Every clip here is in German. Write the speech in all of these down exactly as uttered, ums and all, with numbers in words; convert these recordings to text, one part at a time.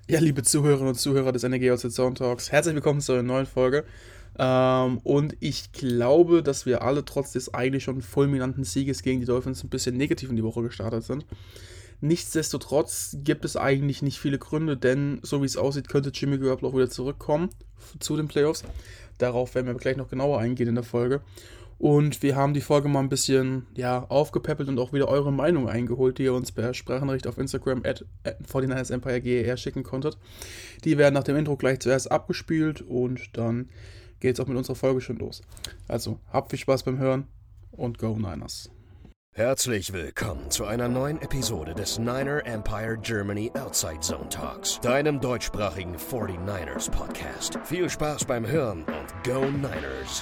Ja, liebe Zuhörerinnen und Zuhörer des N R G aus Zone Talks, herzlich willkommen zu einer neuen Folge. Ähm, und ich glaube, dass wir alle trotz des eigentlich schon fulminanten Sieges gegen die Dolphins ein bisschen negativ in die Woche gestartet sind. Nichtsdestotrotz gibt es eigentlich nicht viele Gründe, denn so wie es aussieht, könnte Jimmy Garoppolo auch wieder zurückkommen zu den Playoffs. Darauf werden wir gleich noch genauer eingehen in der Folge. Und wir haben die Folge mal ein bisschen ja, aufgepäppelt und auch wieder eure Meinung eingeholt, die ihr uns per Sprachnachricht auf Instagram at forty-niners-empire-ger schicken konntet. Die werden nach dem Intro gleich zuerst abgespielt und dann geht es auch mit unserer Folge schon los. Also, habt viel Spaß beim Hören und Go Niners! Herzlich willkommen zu einer neuen Episode des Niner Empire Germany Outside Zone Talks, deinem deutschsprachigen forty-niners Podcast. Viel Spaß beim Hören und Go Niners!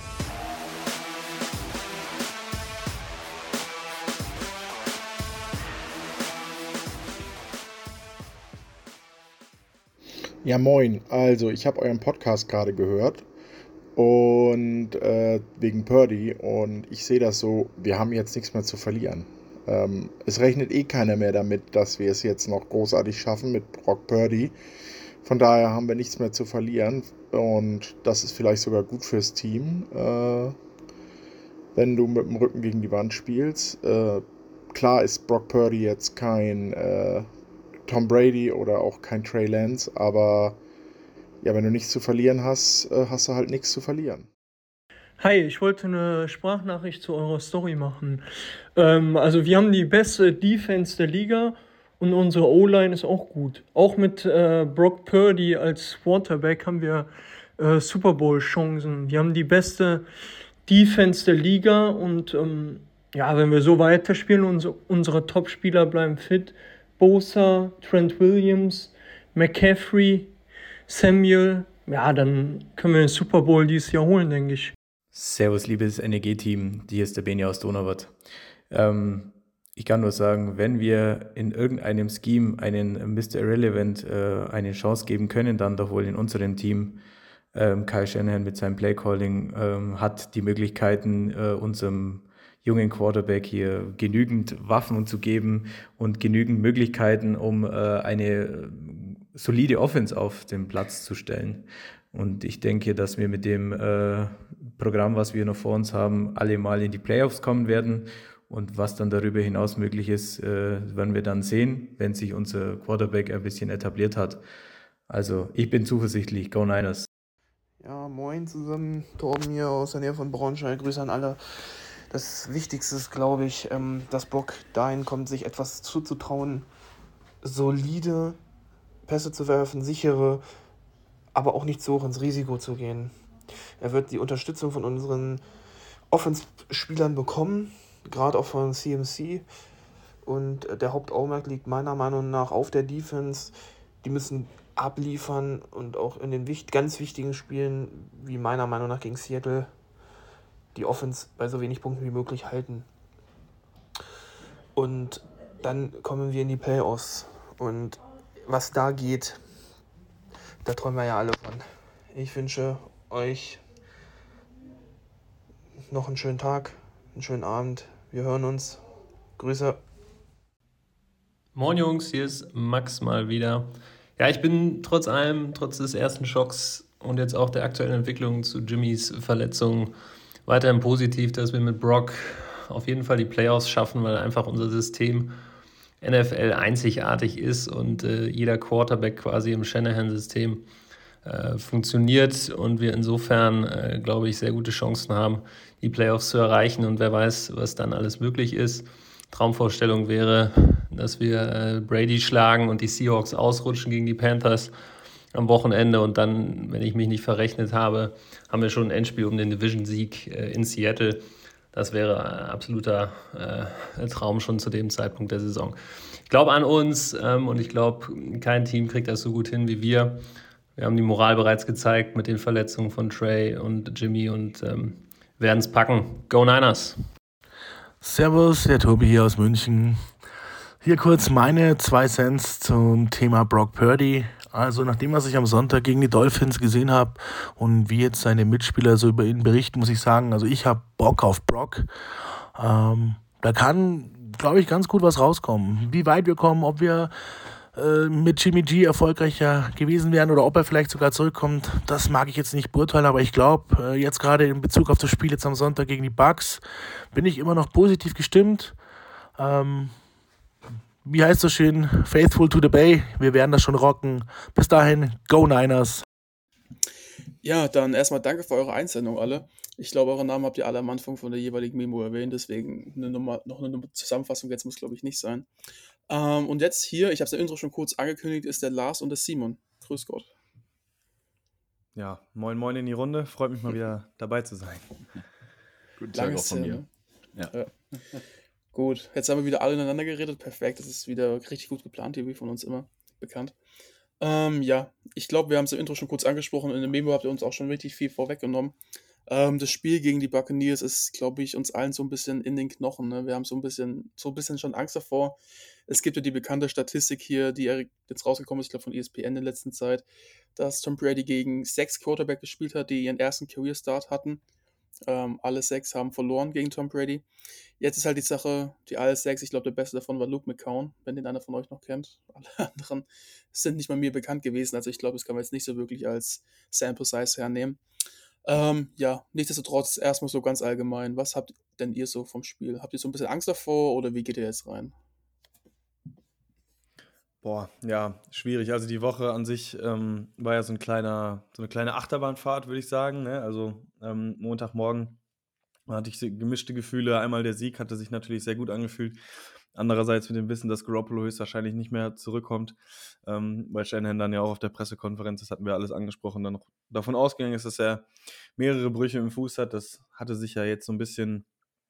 Ja, moin. Also, ich habe euren Podcast gerade gehört und äh, wegen Purdy und ich sehe das so, wir haben jetzt nichts mehr zu verlieren. Ähm, es rechnet eh keiner mehr damit, dass wir es jetzt noch großartig schaffen mit Brock Purdy. Von daher haben wir nichts mehr zu verlieren und das ist vielleicht sogar gut fürs Team, äh, wenn du mit dem Rücken gegen die Wand spielst. Äh, klar ist Brock Purdy jetzt kein äh, Tom Brady oder auch kein Trey Lance, aber ja, wenn du nichts zu verlieren hast, äh, hast du halt nichts zu verlieren. Hi, ich wollte eine Sprachnachricht zu eurer Story machen. Ähm, also wir haben die beste Defense der Liga und unsere O-Line ist auch gut. Auch mit äh, Brock Purdy als Quarterback haben wir äh, Super Bowl-Chancen. Wir haben die beste Defense der Liga und ähm, ja, wenn wir so weiterspielen, unsere, unsere Top-Spieler bleiben fit. Bosa, Trent Williams, McCaffrey, Samuel, ja, dann können wir den Super Bowl dieses Jahr holen, denke ich. Servus, liebes N E G-Team, hier ist der Beni aus Donauwörth. Ähm, ich kann nur sagen, wenn wir in irgendeinem Scheme einen Mister Irrelevant äh, eine Chance geben können, dann doch wohl in unserem Team. Ähm, Kyle Shanahan mit seinem Playcalling ähm, hat die Möglichkeiten, äh, unserem jungen Quarterback hier genügend Waffen zu geben und genügend Möglichkeiten, um äh, eine solide Offense auf den Platz zu stellen. Und ich denke, dass wir mit dem äh, Programm, was wir noch vor uns haben, alle mal in die Playoffs kommen werden. Und was dann darüber hinaus möglich ist, äh, werden wir dann sehen, wenn sich unser Quarterback ein bisschen etabliert hat. Also ich bin zuversichtlich, Go Niners. Ja, moin zusammen, Torben hier aus der Nähe von Braunschweig, Grüße an alle. Das Wichtigste ist, glaube ich, ähm, dass Brock dahin kommt, sich etwas zuzutrauen, solide Pässe zu werfen, sichere, aber auch nicht so hoch ins Risiko zu gehen. Er wird die Unterstützung von unseren Offense-Spielern bekommen, gerade auch von C M C. Und der Hauptaugenmerk liegt meiner Meinung nach auf der Defense. Die müssen abliefern und auch in den wicht- ganz wichtigen Spielen, wie meiner Meinung nach gegen Seattle, die Offense bei so wenig Punkten wie möglich halten. Und dann kommen wir in die Playoffs. Und was da geht, da träumen wir ja alle von. Ich wünsche euch noch einen schönen Tag, einen schönen Abend. Wir hören uns. Grüße. Moin Jungs, hier ist Max mal wieder. Ja, ich bin trotz allem, trotz des ersten Schocks und jetzt auch der aktuellen Entwicklung zu Jimmys Verletzung weiterhin positiv, dass wir mit Brock auf jeden Fall die Playoffs schaffen, weil einfach unser System N F L einzigartig ist und äh, jeder Quarterback quasi im Shanahan-System äh, funktioniert und wir insofern, äh, glaube ich, sehr gute Chancen haben, die Playoffs zu erreichen und wer weiß, was dann alles möglich ist. Traumvorstellung wäre, dass wir äh, Brady schlagen und die Seahawks ausrutschen gegen die Panthers am Wochenende und dann, wenn ich mich nicht verrechnet habe, haben wir schon ein Endspiel um den Division-Sieg äh, in Seattle. Das wäre ein absoluter äh, Traum schon zu dem Zeitpunkt der Saison. Ich glaube an uns ähm, und ich glaube, kein Team kriegt das so gut hin wie wir. Wir haben die Moral bereits gezeigt mit den Verletzungen von Trey und Jimmy und ähm, werden es packen. Go Niners! Servus, der Tobi hier aus München. Hier kurz meine zwei Cents zum Thema Brock Purdy. Also nachdem, was ich am Sonntag gegen die Dolphins gesehen habe und wie jetzt seine Mitspieler so über ihn berichten, muss ich sagen, also ich habe Bock auf Brock. Ähm, da kann, glaube ich, ganz gut was rauskommen. Wie weit wir kommen, ob wir äh, mit Jimmy G erfolgreicher gewesen wären oder ob er vielleicht sogar zurückkommt, das mag ich jetzt nicht beurteilen, aber ich glaube, äh, jetzt gerade in Bezug auf das Spiel jetzt am Sonntag gegen die Bucks, bin ich immer noch positiv gestimmt. Ähm, wie heißt so schön? Faithful to the Bay. Wir werden das schon rocken. Bis dahin, go Niners. Ja, dann erstmal danke für eure Einsendung alle. Ich glaube, eure Namen habt ihr alle am Anfang von der jeweiligen Memo erwähnt, deswegen eine Nummer, noch eine Nummer Zusammenfassung jetzt muss, glaube ich, nicht sein. Ähm, und jetzt hier, ich habe es im Intro schon kurz angekündigt, ist der Lars und der Simon. Grüß Gott. Ja, moin moin in die Runde. Freut mich mal wieder dabei zu sein. Guten Tag auch von mir. Ja. Ja. Gut, jetzt haben wir wieder alle ineinander geredet. Perfekt, das ist wieder richtig gut geplant hier, wie von uns immer bekannt. Ähm, ja, ich glaube, wir haben es im Intro schon kurz angesprochen. In der Memo habt ihr uns auch schon richtig viel vorweggenommen. Ähm, das Spiel gegen die Buccaneers ist, glaube ich, uns allen so ein bisschen in den Knochen. Ne? Wir haben so ein bisschen, so ein bisschen schon Angst davor. Es gibt ja die bekannte Statistik hier, die jetzt rausgekommen ist, ich glaube von E S P N in der letzten Zeit, dass Tom Brady gegen sechs Quarterback gespielt hat, die ihren ersten Career-Start hatten. Ähm, alle sechs haben verloren gegen Tom Brady. Jetzt ist halt die Sache, die alle sechs, ich glaube, der beste davon war Luke McCown, wenn den einer von euch noch kennt. Alle anderen sind nicht mal mir bekannt gewesen, also ich glaube, das kann man jetzt nicht so wirklich als Sample Size hernehmen. Ähm, ja, nichtsdestotrotz erstmal so ganz allgemein, was habt denn ihr so vom Spiel? Habt ihr so ein bisschen Angst davor oder wie geht ihr jetzt rein? Boah, ja, schwierig. Also die Woche an sich ähm, war ja so ein kleiner, so eine kleine Achterbahnfahrt, würde ich sagen. Ne? Also ähm, Montagmorgen hatte ich so gemischte Gefühle. Einmal der Sieg hatte sich natürlich sehr gut angefühlt. Andererseits mit dem Wissen, dass Garoppolo höchstwahrscheinlich nicht mehr zurückkommt, ähm, weil Shanahan dann ja auch auf der Pressekonferenz, das hatten wir alles angesprochen, dann noch davon ausgegangen ist, dass er mehrere Brüche im Fuß hat. Das hatte sich ja jetzt so ein bisschen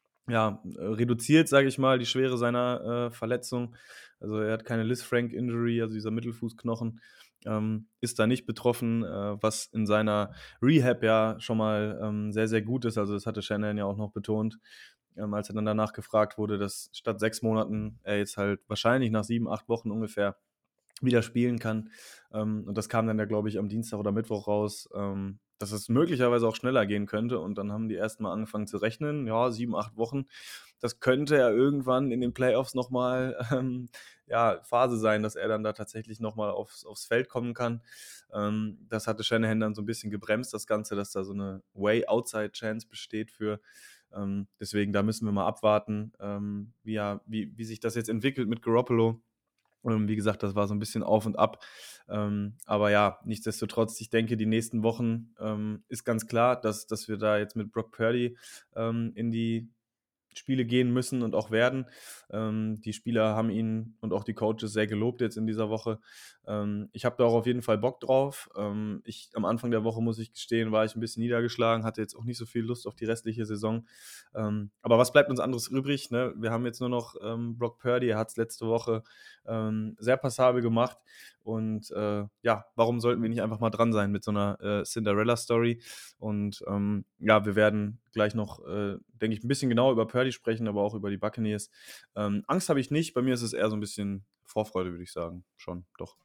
ja, reduziert, sage ich mal, die Schwere seiner äh, Verletzung. Also er hat keine Lisfranc-Injury, also dieser Mittelfußknochen, ähm, ist da nicht betroffen, äh, was in seiner Rehab ja schon mal ähm, sehr, sehr gut ist. Also das hatte Shanahan ja auch noch betont, ähm, als er dann danach gefragt wurde, dass statt sechs Monaten er jetzt halt wahrscheinlich nach sieben, acht Wochen ungefähr wieder spielen kann. Ähm, und das kam dann ja, glaube ich, am Dienstag oder Mittwoch raus, ähm, dass es möglicherweise auch schneller gehen könnte. Und dann haben die erstmal angefangen zu rechnen. Ja, sieben, acht Wochen. Das könnte ja irgendwann in den Playoffs nochmal ähm, ja, Phase sein, dass er dann da tatsächlich nochmal aufs, aufs Feld kommen kann. Ähm, das hatte Shanahan dann so ein bisschen gebremst, das Ganze, dass da so eine Way-Outside-Chance besteht für. Ähm, deswegen, da müssen wir mal abwarten, ähm, wie, ja, wie, wie sich das jetzt entwickelt mit Garoppolo. Wie gesagt, das war so ein bisschen auf und ab. Ähm, aber ja, nichtsdestotrotz, ich denke, die nächsten Wochen ähm, ist ganz klar, dass, dass wir da jetzt mit Brock Purdy ähm, in die Spiele gehen müssen und auch werden. Ähm, die Spieler haben ihn und auch die Coaches sehr gelobt jetzt in dieser Woche. Ähm, ich habe da auch auf jeden Fall Bock drauf. Ähm, ich, am Anfang der Woche, muss ich gestehen, war ich ein bisschen niedergeschlagen, hatte jetzt auch nicht so viel Lust auf die restliche Saison. Ähm, aber was bleibt uns anderes übrig? Ne? Wir haben jetzt nur noch ähm, Brock Purdy, er hat es letzte Woche ähm, sehr passabel gemacht. Und äh, ja, warum sollten wir nicht einfach mal dran sein mit so einer äh, Cinderella-Story? Und ähm, ja, wir werden gleich noch, äh, denke ich, ein bisschen genauer über Purdy sprechen, aber auch über die Buccaneers. Ähm, Angst habe ich nicht, bei mir ist es eher so ein bisschen Vorfreude, würde ich sagen. Schon, doch.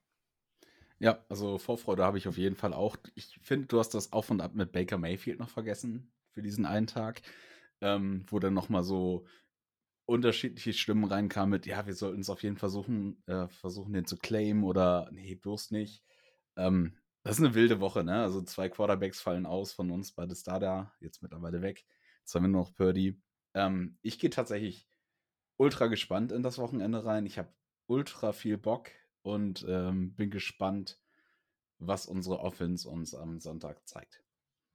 Ja, also Vorfreude habe ich auf jeden Fall auch. Ich finde, du hast das Auf und Ab mit Baker Mayfield noch vergessen für diesen einen Tag, ähm, wo dann nochmal so unterschiedliche Stimmen reinkamen mit, ja, wir sollten es auf jeden Fall versuchen, äh, versuchen, den zu claimen oder nee, bloß nicht. Ähm, das ist eine wilde Woche, ne? Also zwei Quarterbacks fallen aus von uns, beide Starter, jetzt mittlerweile weg. Jetzt haben wir nur noch Purdy. Ähm, ich gehe tatsächlich ultra gespannt in das Wochenende rein. Ich habe ultra viel Bock und ähm, bin gespannt, was unsere Offense uns am Sonntag zeigt.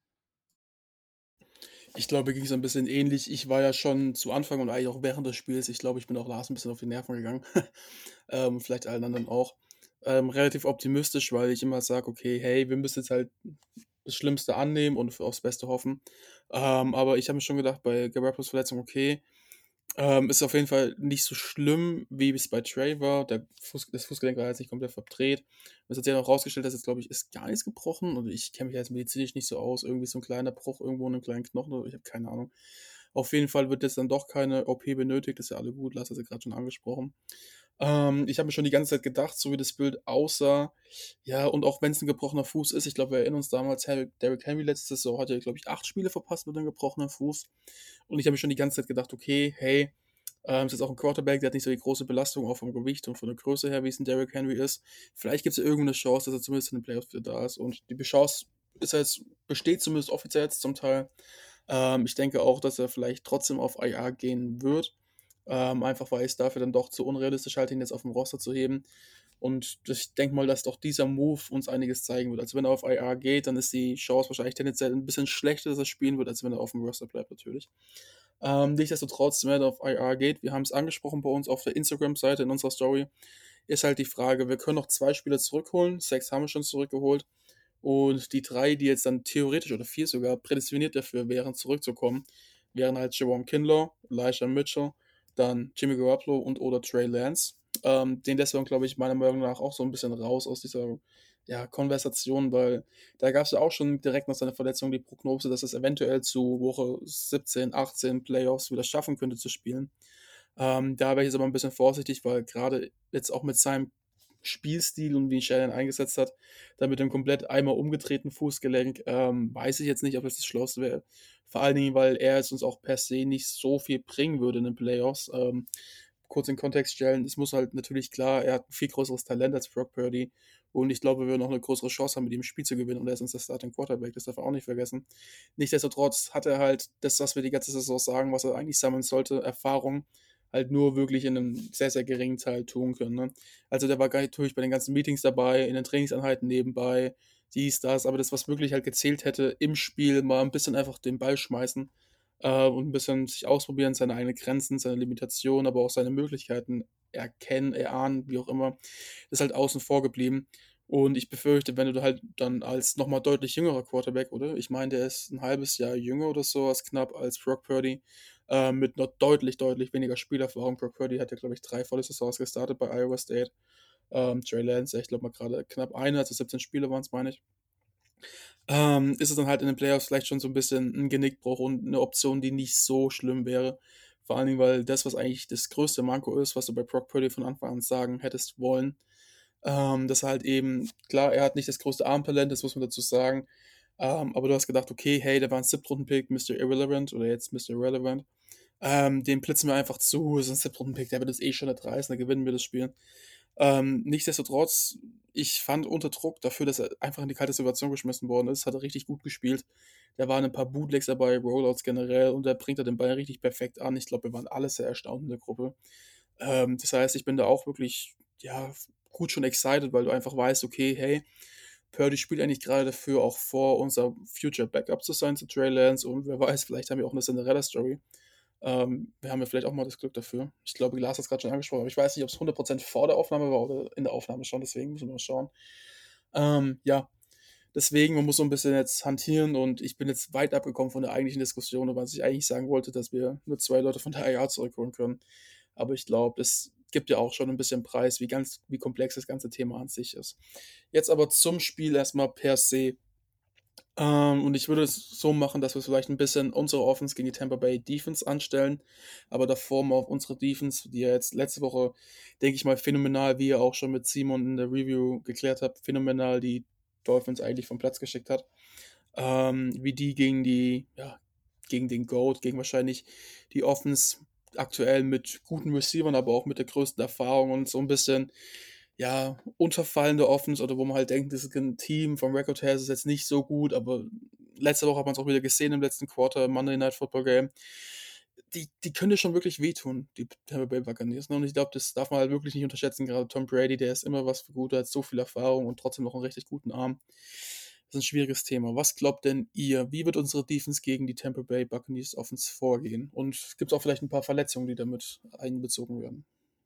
Ich glaube, ging es ein bisschen ähnlich. Ich war ja schon zu Anfang und eigentlich auch während des Spiels, ich glaube, ich bin auch Lars ein bisschen auf die Nerven gegangen. ähm, vielleicht allen anderen auch. Ähm, relativ optimistisch, weil ich immer sage, okay, hey, wir müssen jetzt halt das Schlimmste annehmen und aufs Beste hoffen. Ähm, aber ich habe mir schon gedacht, bei Garoppolo's Verletzung, okay, ähm, ist auf jeden Fall nicht so schlimm, wie es bei Trey war. Der Fuß, das Fußgelenk war jetzt nicht komplett verdreht. Es hat sich ja noch rausgestellt, dass jetzt, glaube ich, ist gar nichts gebrochen. Und ich kenne mich jetzt medizinisch nicht so aus. Irgendwie so ein kleiner Bruch irgendwo in einem kleinen Knochen. Oder ich habe keine Ahnung. Auf jeden Fall wird jetzt dann doch keine O P benötigt. Das ist ja alle gut. Lars hat es ja gerade schon angesprochen. Ähm, ich habe mir schon die ganze Zeit gedacht, so wie das Bild aussah. Ja, und auch wenn es ein gebrochener Fuß ist, ich glaube, wir erinnern uns damals, Derrick Henry letzte Saison hat ja, glaube ich, acht Spiele verpasst mit einem gebrochenen Fuß. Und ich habe mir schon die ganze Zeit gedacht, okay, hey, Ähm, ist jetzt auch ein Quarterback, der hat nicht so die große Belastung, auch vom Gewicht und von der Größe her, wie es ein Derrick Henry ist. Vielleicht gibt es ja irgendeine Chance, dass er zumindest in den Playoffs wieder da ist. Und die Chance ist jetzt, besteht zumindest offiziell jetzt zum Teil. Ähm, ich denke auch, dass er vielleicht trotzdem auf I R gehen wird. Ähm, einfach weil ich es dafür dann doch zu unrealistisch halte, ihn jetzt auf dem Roster zu heben. Und ich denke mal, dass doch dieser Move uns einiges zeigen wird. Also wenn er auf I R geht, dann ist die Chance wahrscheinlich tendenziell ein bisschen schlechter, dass er spielen wird, als wenn er auf dem Roster bleibt natürlich. Ähm, nichtsdestotrotz, wenn er auf I R geht, wir haben es angesprochen bei uns auf der Instagram-Seite in unserer Story, ist halt die Frage, wir können noch zwei Spieler zurückholen, sechs haben wir schon zurückgeholt und die drei, die jetzt dann theoretisch oder vier sogar prädestiniert dafür wären, zurückzukommen, wären halt Jerome Kinlaw, Elijah Mitchell, dann Jimmy Garoppolo und oder Trey Lance. Ähm, den deswegen, glaube ich, meiner Meinung nach auch so ein bisschen raus aus dieser ja, Konversation, weil da gab es ja auch schon direkt nach seiner Verletzung die Prognose, dass es eventuell zu Woche siebzehn, achtzehn Playoffs wieder schaffen könnte zu spielen. Ähm, da wäre ich jetzt aber ein bisschen vorsichtig, weil gerade jetzt auch mit seinem Spielstil und wie ihn Shannon eingesetzt hat, da mit dem komplett einmal umgedrehten Fußgelenk, ähm, weiß ich jetzt nicht, ob das das Schlauste wäre. Vor allen Dingen, weil er es uns auch per se nicht so viel bringen würde in den Playoffs. Ähm, kurz in Kontext stellen, es muss halt natürlich klar, er hat ein viel größeres Talent als Brock Purdy und ich glaube, wir würden noch eine größere Chance haben, mit ihm ein Spiel zu gewinnen und er ist uns der Starting Quarterback, das darf er auch nicht vergessen. Nichtsdestotrotz hat er halt das, was wir die ganze Saison sagen, was er eigentlich sammeln sollte, Erfahrung, halt nur wirklich in einem sehr, sehr geringen Teil tun können. Ne? Also der war gar natürlich bei den ganzen Meetings dabei, in den Trainingseinheiten nebenbei, dies, das, aber das, was wirklich halt gezählt hätte im Spiel, mal ein bisschen einfach den Ball schmeißen äh, und ein bisschen sich ausprobieren, seine eigenen Grenzen, seine Limitationen, aber auch seine Möglichkeiten erkennen, erahnen, wie auch immer, ist halt außen vor geblieben. Und ich befürchte, wenn du halt dann als nochmal deutlich jüngerer Quarterback, oder? Ich meine, der ist ein halbes Jahr jünger oder so, als knapp als Brock Purdy, äh, mit noch deutlich, deutlich weniger Spielerfahrung. Brock Purdy hat ja, glaube ich, drei volle Saisons gestartet bei Iowa State. Ähm, Trey Lance, ich glaube mal gerade knapp eine, also siebzehn Spiele waren es, meine ich. Ähm, ist es dann halt in den Playoffs vielleicht schon so ein bisschen ein Genickbruch und eine Option, die nicht so schlimm wäre. Vor allen Dingen, weil das, was eigentlich das größte Manko ist, was du bei Brock Purdy von Anfang an sagen hättest wollen, ähm, dass er halt eben, klar, er hat nicht das größte Armtalent, das muss man dazu sagen, ähm, aber du hast gedacht, okay, hey, der war ein Siebtrunden-Pick, Mister Irrelevant oder jetzt Mister Irrelevant, ähm, den blitzen wir einfach zu, das ist ein Siebtrunden-Pick, der wird das eh schon nicht reißen, da gewinnen wir das Spiel. Ähm, nichtsdestotrotz, ich fand unter Druck dafür, dass er einfach in die kalte Situation geschmissen worden ist, hat er richtig gut gespielt. Da waren ein paar Bootlegs dabei, Rollouts generell und da bringt er den Ball richtig perfekt an. Ich glaube, wir waren alle sehr erstaunt in der Gruppe. Ähm, das heißt, ich bin da auch wirklich, ja, gut schon excited, weil du einfach weißt, okay, hey, Purdy spielt eigentlich gerade dafür, auch vor unser Future Backup zu sein zu Trey Lance und wer weiß, vielleicht haben wir auch eine Cinderella-Story. Ähm, wir haben ja vielleicht auch mal das Glück dafür. Ich glaube, Lars hat es gerade schon angesprochen, aber ich weiß nicht, ob es hundert Prozent vor der Aufnahme war oder in der Aufnahme schon, deswegen müssen wir mal schauen. Ähm, ja, deswegen, man muss so ein bisschen jetzt hantieren und ich bin jetzt weit abgekommen von der eigentlichen Diskussion, was ich eigentlich sagen wollte, dass wir nur zwei Leute von der I R zurückholen können. Aber ich glaube, das gibt ja auch schon ein bisschen Preis, wie ganz, wie komplex das ganze Thema an sich ist. Jetzt aber zum Spiel erstmal per se. Ähm, und ich würde es so machen, dass wir vielleicht ein bisschen unsere Offense gegen die Tampa Bay Defense anstellen, aber davor mal auf unsere Defense, die ja jetzt letzte Woche, denke ich mal, phänomenal, wie ihr auch schon mit Simon in der Review geklärt habt, phänomenal die Dolphins eigentlich vom Platz geschickt hat. Ähm, wie die gegen die, ja, gegen den GOAT, gegen wahrscheinlich die Offense aktuell mit guten Receivern, aber auch mit der größten Erfahrung und so ein bisschen ja, unterfallende Offense oder wo man halt denkt, das ist ein Team vom Record her ist es jetzt nicht so gut, aber letzte Woche hat man es auch wieder gesehen im letzten Quarter, Monday Night Football Game. Die, die können dir schon wirklich wehtun, die Tampa Bay Buccaneers. Und ich glaube, das darf man halt wirklich nicht unterschätzen. Gerade Tom Brady, der ist immer was für gut, der hat so viel Erfahrung und trotzdem noch einen richtig guten Arm. Das ist ein schwieriges Thema. Was glaubt denn ihr? Wie wird unsere Defense gegen die Tampa Bay Buccaneers Offense vorgehen? Und gibt es auch vielleicht ein paar Verletzungen, die damit einbezogen werden?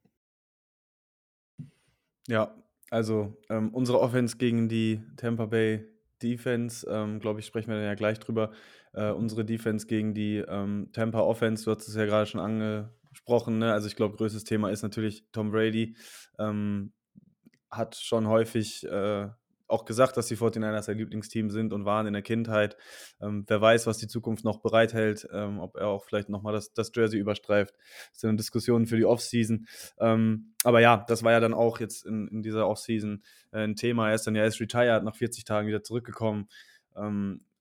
Ja, also ähm, unsere Offense gegen die Tampa Bay Defense, ähm, glaube ich, sprechen wir dann ja gleich drüber. Äh, unsere Defense gegen die ähm, Tampa Offense, du hast es ja gerade schon angesprochen, ne? Also ich glaube, größtes Thema ist natürlich Tom Brady. Ähm, hat schon häufig äh, auch gesagt, dass die forty-niners sein Lieblingsteam sind und waren in der Kindheit. Ähm, wer weiß, was die Zukunft noch bereithält, ähm, ob er auch vielleicht nochmal das, das Jersey überstreift. Das sind Diskussionen für die Offseason. Ähm, aber ja, das war ja dann auch jetzt in, in dieser Offseason äh, ein Thema. Er ist dann ja erst retired, nach vierzig Tagen wieder zurückgekommen. Ähm,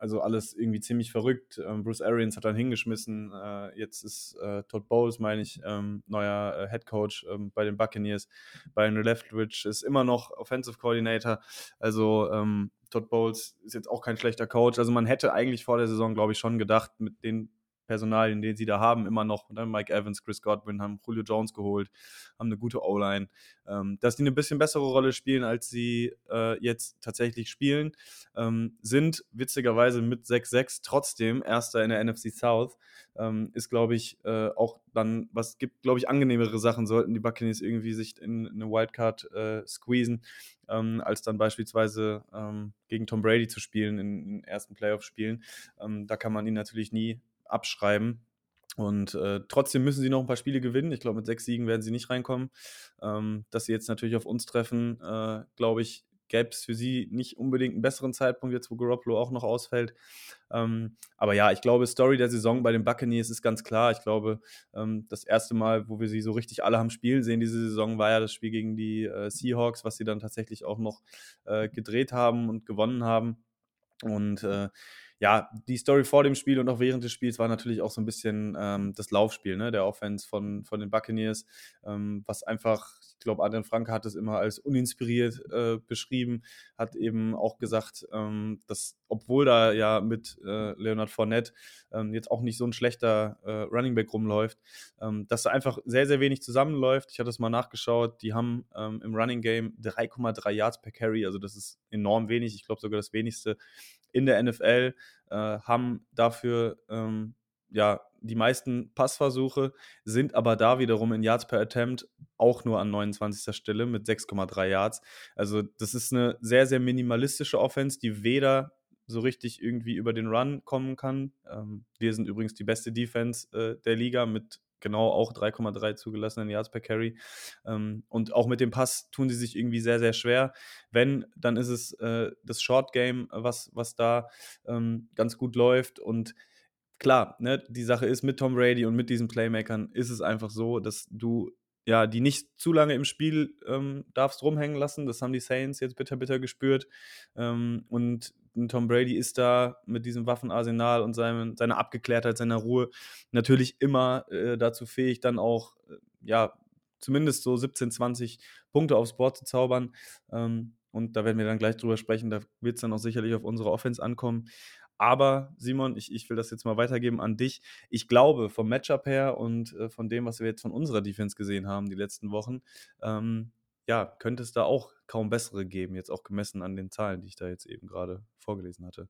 also alles irgendwie ziemlich verrückt. Ähm, Bruce Arians hat dann hingeschmissen. Äh, jetzt ist äh, Todd Bowles, meine ich, ähm, neuer äh, Head Coach ähm, bei den Buccaneers. Brian Leftwich ist immer noch Offensive Coordinator. Also ähm, Todd Bowles ist jetzt auch kein schlechter Coach. Also man hätte eigentlich vor der Saison, glaube ich, schon gedacht, mit den Personalien, den sie da haben, immer noch. Und dann Mike Evans, Chris Godwin, haben Julio Jones geholt, haben eine gute O-Line, ähm, dass die eine bisschen bessere Rolle spielen, als sie äh, jetzt tatsächlich spielen, ähm, sind witzigerweise mit sechs sechs trotzdem Erster in der N F C South. Ähm, ist, glaube ich, äh, auch dann, was gibt, glaube ich, angenehmere Sachen, sollten die Buccaneers irgendwie sich in eine Wildcard äh, squeezen, ähm, als dann beispielsweise ähm, gegen Tom Brady zu spielen in den ersten Playoff-Spielen. Ähm, da kann man ihn natürlich nie abschreiben. Und äh, trotzdem müssen sie noch ein paar Spiele gewinnen. Ich glaube, mit sechs Siegen werden sie nicht reinkommen. Ähm, dass sie jetzt natürlich auf uns treffen, äh, glaube ich, gäbe es für sie nicht unbedingt einen besseren Zeitpunkt, jetzt wo Garoppolo auch noch ausfällt. Ähm, aber ja, ich glaube, Story der Saison bei den Buccaneers ist ganz klar. Ich glaube, ähm, das erste Mal, wo wir sie so richtig alle haben spielen sehen diese Saison, war ja das Spiel gegen die äh, Seahawks, was sie dann tatsächlich auch noch äh, gedreht haben und gewonnen haben. Und äh, ja, die Story vor dem Spiel und auch während des Spiels war natürlich auch so ein bisschen ähm, das Laufspiel, ne, der Offense von, von den Buccaneers, ähm, was einfach, ich glaube, Adrian Franke hat es immer als uninspiriert äh, beschrieben, hat eben auch gesagt, ähm, dass, obwohl da ja mit äh, Leonard Fournette ähm, jetzt auch nicht so ein schlechter äh, Running Back rumläuft, ähm, dass da einfach sehr, sehr wenig zusammenläuft. Ich hatte es mal nachgeschaut, die haben ähm, im Running Game drei Komma drei Yards per Carry, also das ist enorm wenig, ich glaube sogar das wenigste in der N F L, äh, haben dafür ähm, ja die meisten Passversuche, sind aber da wiederum in Yards per Attempt auch nur an neunundzwanzigster Stelle mit sechs Komma drei Yards. Also das ist eine sehr, sehr minimalistische Offense, die weder so richtig irgendwie über den Run kommen kann. Ähm, wir sind übrigens die beste Defense äh, der Liga mit genau auch drei Komma drei zugelassenen Yards per Carry. Ähm, und auch mit dem Pass tun sie sich irgendwie sehr, sehr schwer. Wenn, dann ist es äh, das Short Game, was, was da ähm, ganz gut läuft. Und klar, ne, die Sache ist, mit Tom Brady und mit diesen Playmakern ist es einfach so, dass du ja die nicht zu lange im Spiel ähm, darfst rumhängen lassen. Das haben die Saints jetzt bitter, bitter gespürt. Ähm, und Tom Brady ist da mit diesem Waffenarsenal und seinem, seiner Abgeklärtheit, seiner Ruhe natürlich immer äh, dazu fähig, dann auch, äh, ja, zumindest so siebzehn, zwanzig Punkte aufs Board zu zaubern. Ähm, und da werden wir dann gleich drüber sprechen. Da wird es dann auch sicherlich auf unsere Offense ankommen. Aber Simon, ich, ich will das jetzt mal weitergeben an dich. Ich glaube, vom Matchup her und äh, von dem, was wir jetzt von unserer Defense gesehen haben die letzten Wochen, ähm, ja, könnte es da auch kaum bessere geben, jetzt auch gemessen an den Zahlen, die ich da jetzt eben gerade vorgelesen hatte.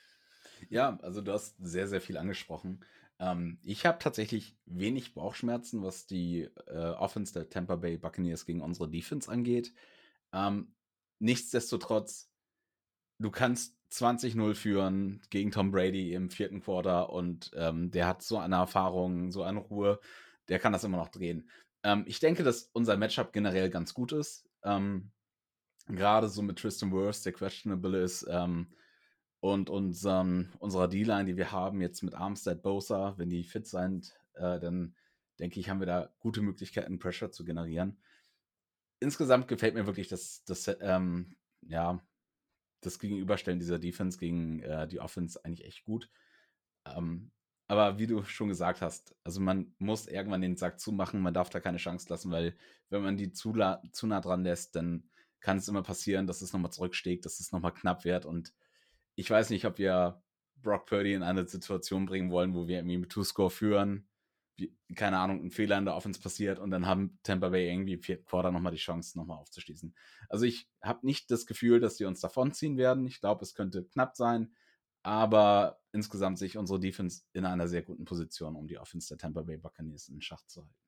Ja, also du hast sehr, sehr viel angesprochen. Ähm, ich habe tatsächlich wenig Bauchschmerzen, was die äh, Offense der Tampa Bay Buccaneers gegen unsere Defense angeht. Ähm, nichtsdestotrotz, du kannst zwanzig null führen gegen Tom Brady im vierten Quarter und ähm, der hat so eine Erfahrung, so eine Ruhe, der kann das immer noch drehen. Ähm, ich denke, dass unser Matchup generell ganz gut ist. Ähm, Gerade so mit Tristan Wirfs, der questionable ist, ähm, und unseren, unserer D-Line, die wir haben, jetzt mit Armstead, Bosa, wenn die fit sind, äh, dann denke ich, haben wir da gute Möglichkeiten, Pressure zu generieren. Insgesamt gefällt mir wirklich das, das, ähm, ja, das Gegenüberstellen dieser Defense gegen äh, die Offense eigentlich echt gut. Ähm, aber wie du schon gesagt hast, also man muss irgendwann den Sack zumachen, man darf da keine Chance lassen, weil wenn man die zu, la- zu nah dran lässt, dann kann es immer passieren, dass es nochmal zurückschlägt, dass es nochmal knapp wird. Und ich weiß nicht, ob wir Brock Purdy in eine Situation bringen wollen, wo wir irgendwie mit Two-Score führen, wie, keine Ahnung, ein Fehler in der Offense passiert und dann haben Tampa Bay irgendwie im vierten Quarter nochmal die Chance, nochmal aufzuschließen. Also ich habe nicht das Gefühl, dass die uns davonziehen werden. Ich glaube, es könnte knapp sein, aber insgesamt sehe ich unsere Defense in einer sehr guten Position, um die Offense der Tampa Bay Buccaneers in Schach zu halten.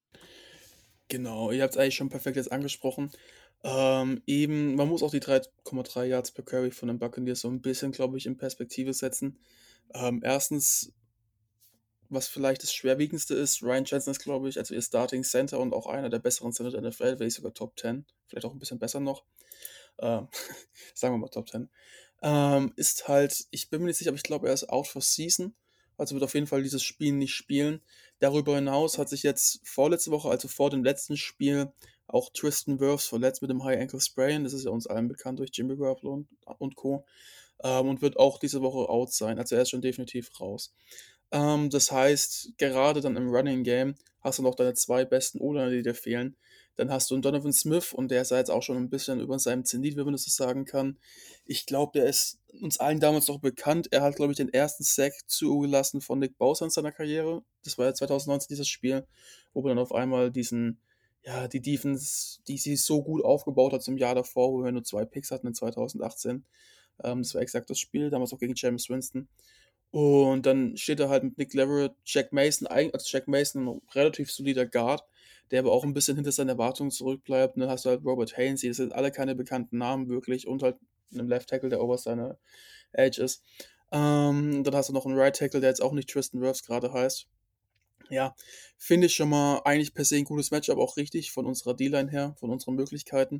Genau, ihr habt es eigentlich schon perfekt jetzt angesprochen. Ähm, eben, man muss auch die drei Komma drei Yards per Carry von den Buccaneers so ein bisschen, glaube ich, in Perspektive setzen. Ähm, erstens, was vielleicht das Schwerwiegendste ist, Ryan Jensen ist, glaube ich, also ihr Starting Center und auch einer der besseren Center der N F L, wäre ich sogar Top zehn, vielleicht auch ein bisschen besser noch. Ähm, sagen wir mal Top zehn. Ähm, ist halt, ich bin mir nicht sicher, aber ich glaube, er ist out for season. Also wird auf jeden Fall dieses Spiel nicht spielen. Darüber hinaus hat sich jetzt vorletzte Woche, also vor dem letzten Spiel, Auch Tristan Wirfs verletzt mit dem High Ankle Sprain, das ist ja uns allen bekannt durch Jimmy Garoppolo und, und Co. Ähm, und wird auch diese Woche out sein, also er ist schon definitiv raus. Ähm, das heißt, gerade dann im Running Game hast du noch deine zwei besten O-Liner, die dir fehlen. Dann hast du einen Donovan Smith und der ist ja jetzt auch schon ein bisschen über seinem Zenit, wenn man das so sagen kann. Ich glaube, der ist uns allen damals noch bekannt. Er hat, glaube ich, den ersten Sack zugelassen von Nick Bosa in seiner Karriere. Das war ja zwanzig neunzehn dieses Spiel, wo wir dann auf einmal diesen, ja, die Defense, die sie so gut aufgebaut hat zum Jahr davor, wo wir nur zwei Picks hatten in zwanzig achtzehn. Ähm, das war exakt das Spiel, damals auch gegen Jameis Winston. Und dann steht er halt mit Nick Leverett, Jack Mason, eig- also Jack Mason, ein relativ solider Guard, der aber auch ein bisschen hinter seinen Erwartungen zurückbleibt. Und dann hast du halt Robert Hainsey, das sind alle keine bekannten Namen wirklich, und halt einen Left Tackle, der over seine Edge ist. Ähm, dann hast du noch einen Right Tackle, der jetzt auch nicht Tristan Wirfs gerade heißt. Ja, finde ich schon mal eigentlich per se ein gutes Matchup, auch richtig von unserer D-Line her, von unseren Möglichkeiten.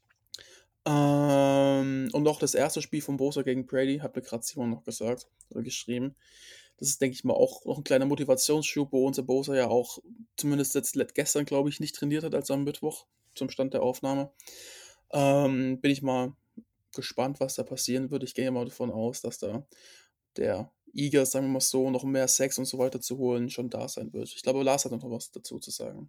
Ähm, und noch das erste Spiel von Bosa gegen Brady, hat mir gerade Simon noch gesagt oder geschrieben. Das ist, denke ich mal, auch noch ein kleiner Motivationsschub, wo unser Bosa ja auch zumindest jetzt let- gestern, glaube ich, nicht trainiert hat, also am Mittwoch zum Stand der Aufnahme. Ähm, bin ich mal gespannt, was da passieren wird. Ich gehe mal davon aus, dass da der Eager, sagen wir mal so, noch mehr Sex und so weiter zu holen, schon da sein wird. Ich glaube, Lars hat noch was dazu zu sagen.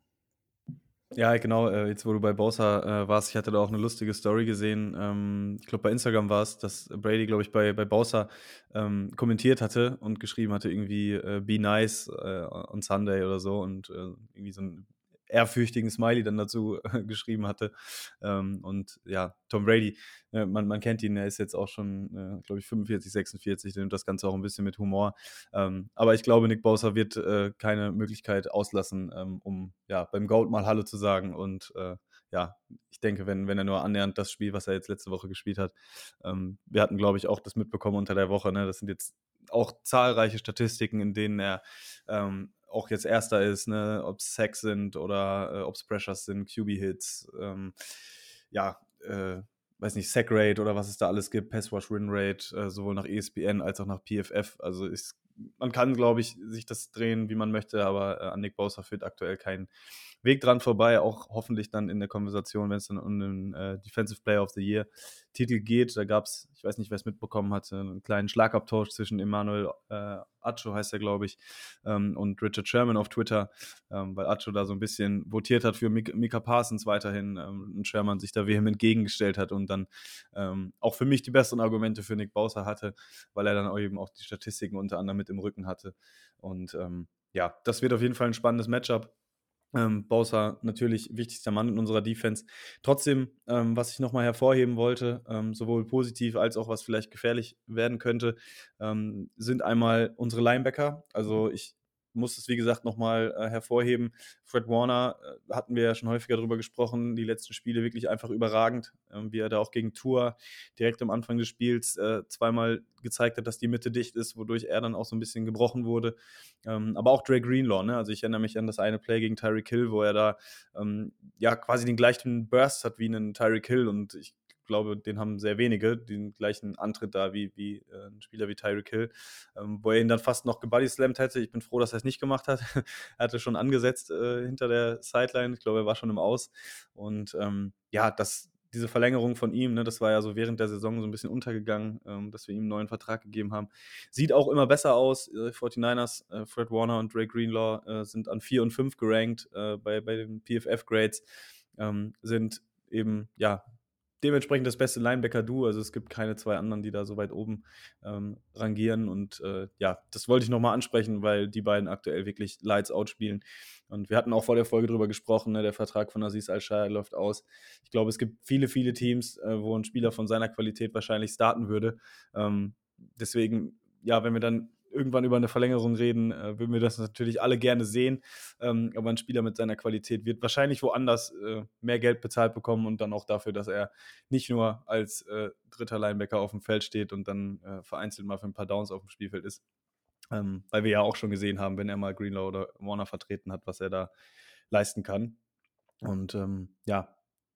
Ja, genau, äh, jetzt wo du bei Bosa äh, warst, ich hatte da auch eine lustige Story gesehen. Ähm, ich glaube, bei Instagram war es, dass Brady, glaube ich, bei, bei Bosa ähm, kommentiert hatte und geschrieben hatte, irgendwie äh, be nice äh, on Sunday oder so und äh, irgendwie so einen ehrfürchtigen Smiley dann dazu äh, geschrieben hatte. Ähm, und ja, Tom Brady, äh, man, man kennt ihn, er ist jetzt auch schon, äh, glaube ich, fünfundvierzig, sechsundvierzig, der nimmt das Ganze auch ein bisschen mit Humor. Ähm, aber ich glaube, Nick Bosa wird äh, keine Möglichkeit auslassen, ähm, um ja beim Goat mal Hallo zu sagen. Und äh, ja, ich denke, wenn, wenn er nur annähernd das spielt, was er jetzt letzte Woche gespielt hat, ähm, wir hatten, glaube ich, auch das mitbekommen unter der Woche. Ne? Das sind jetzt auch zahlreiche Statistiken, in denen er ähm, auch jetzt Erster ist, ne? Ob es Sacks sind oder äh, ob es Pressures sind, Q B-Hits, ähm, ja, äh, weiß nicht, Sack Rate oder was es da alles gibt, Pass Rush Win Rate, äh, sowohl nach E S P N als auch nach P F F. Also ist, man kann, glaube ich, sich das drehen, wie man möchte, aber äh, an Nick Bosa führt aktuell kein Weg dran vorbei, auch hoffentlich dann in der Konversation, wenn es dann um den äh, Defensive Player of the Year Titel geht. Da gab es, ich weiß nicht, wer es mitbekommen hat, einen kleinen Schlagabtausch zwischen Emmanuel äh, Acho, heißt er, glaube ich, ähm, und Richard Sherman auf Twitter, ähm, weil Acho da so ein bisschen votiert hat für Mik- Micah Parsons weiterhin ähm, und Sherman sich da vehement gegengestellt hat und dann ähm, auch für mich die besseren Argumente für Nick Bosa hatte, weil er dann auch eben auch die Statistiken unter anderem mit im Rücken hatte. Und ähm, ja, das wird auf jeden Fall ein spannendes Matchup. Ähm, Bosa natürlich wichtigster Mann in unserer Defense. Trotzdem, ähm, was ich nochmal hervorheben wollte, ähm, sowohl positiv als auch was vielleicht gefährlich werden könnte, ähm, sind einmal unsere Linebacker. Also ich muss es, wie gesagt, nochmal äh, hervorheben. Fred Warner, äh, hatten wir ja schon häufiger darüber gesprochen, die letzten Spiele wirklich einfach überragend, ähm, wie er da auch gegen Tua direkt am Anfang des Spiels äh, zweimal gezeigt hat, dass die Mitte dicht ist, wodurch er dann auch so ein bisschen gebrochen wurde. Ähm, aber auch Dre Greenlaw, ne? Also ich erinnere mich an das eine Play gegen Tyreek Hill, wo er da ähm, ja quasi den gleichen Burst hat wie einen Tyreek Hill und ich glaube, den haben sehr wenige, den gleichen Antritt da wie, wie äh, ein Spieler wie Tyreek Hill, ähm, wo er ihn dann fast noch gebodyslammt hätte. Ich bin froh, dass er es nicht gemacht hat. Er hatte schon angesetzt äh, hinter der Sideline. Ich glaube, er war schon im Aus. Und ähm, ja, das, diese Verlängerung von ihm, ne, das war ja so während der Saison so ein bisschen untergegangen, ähm, dass wir ihm einen neuen Vertrag gegeben haben. Sieht auch immer besser aus. Äh, forty-niners, äh, Fred Warner und Dre Greenlaw äh, sind an vier und fünf gerankt äh, bei, bei den P F F-Grades, ähm, sind eben, ja, dementsprechend das beste Linebacker-Duo. Also es gibt keine zwei anderen, die da so weit oben ähm, rangieren. Und äh, ja, das wollte ich nochmal ansprechen, weil die beiden aktuell wirklich Lights Out spielen. Und wir hatten auch vor der Folge drüber gesprochen, ne, der Vertrag von Aziz Al-Shaya läuft aus. Ich glaube, es gibt viele, viele Teams, äh, wo ein Spieler von seiner Qualität wahrscheinlich starten würde. Ähm, deswegen, ja, wenn wir dann irgendwann über eine Verlängerung reden, äh, würden wir das natürlich alle gerne sehen. Ähm, aber ein Spieler mit seiner Qualität wird wahrscheinlich woanders äh, mehr Geld bezahlt bekommen und dann auch dafür, dass er nicht nur als äh, dritter Linebacker auf dem Feld steht und dann äh, vereinzelt mal für ein paar Downs auf dem Spielfeld ist. Ähm, weil wir ja auch schon gesehen haben, wenn er mal Greenlaw oder Warner vertreten hat, was er da leisten kann. Und ähm, ja,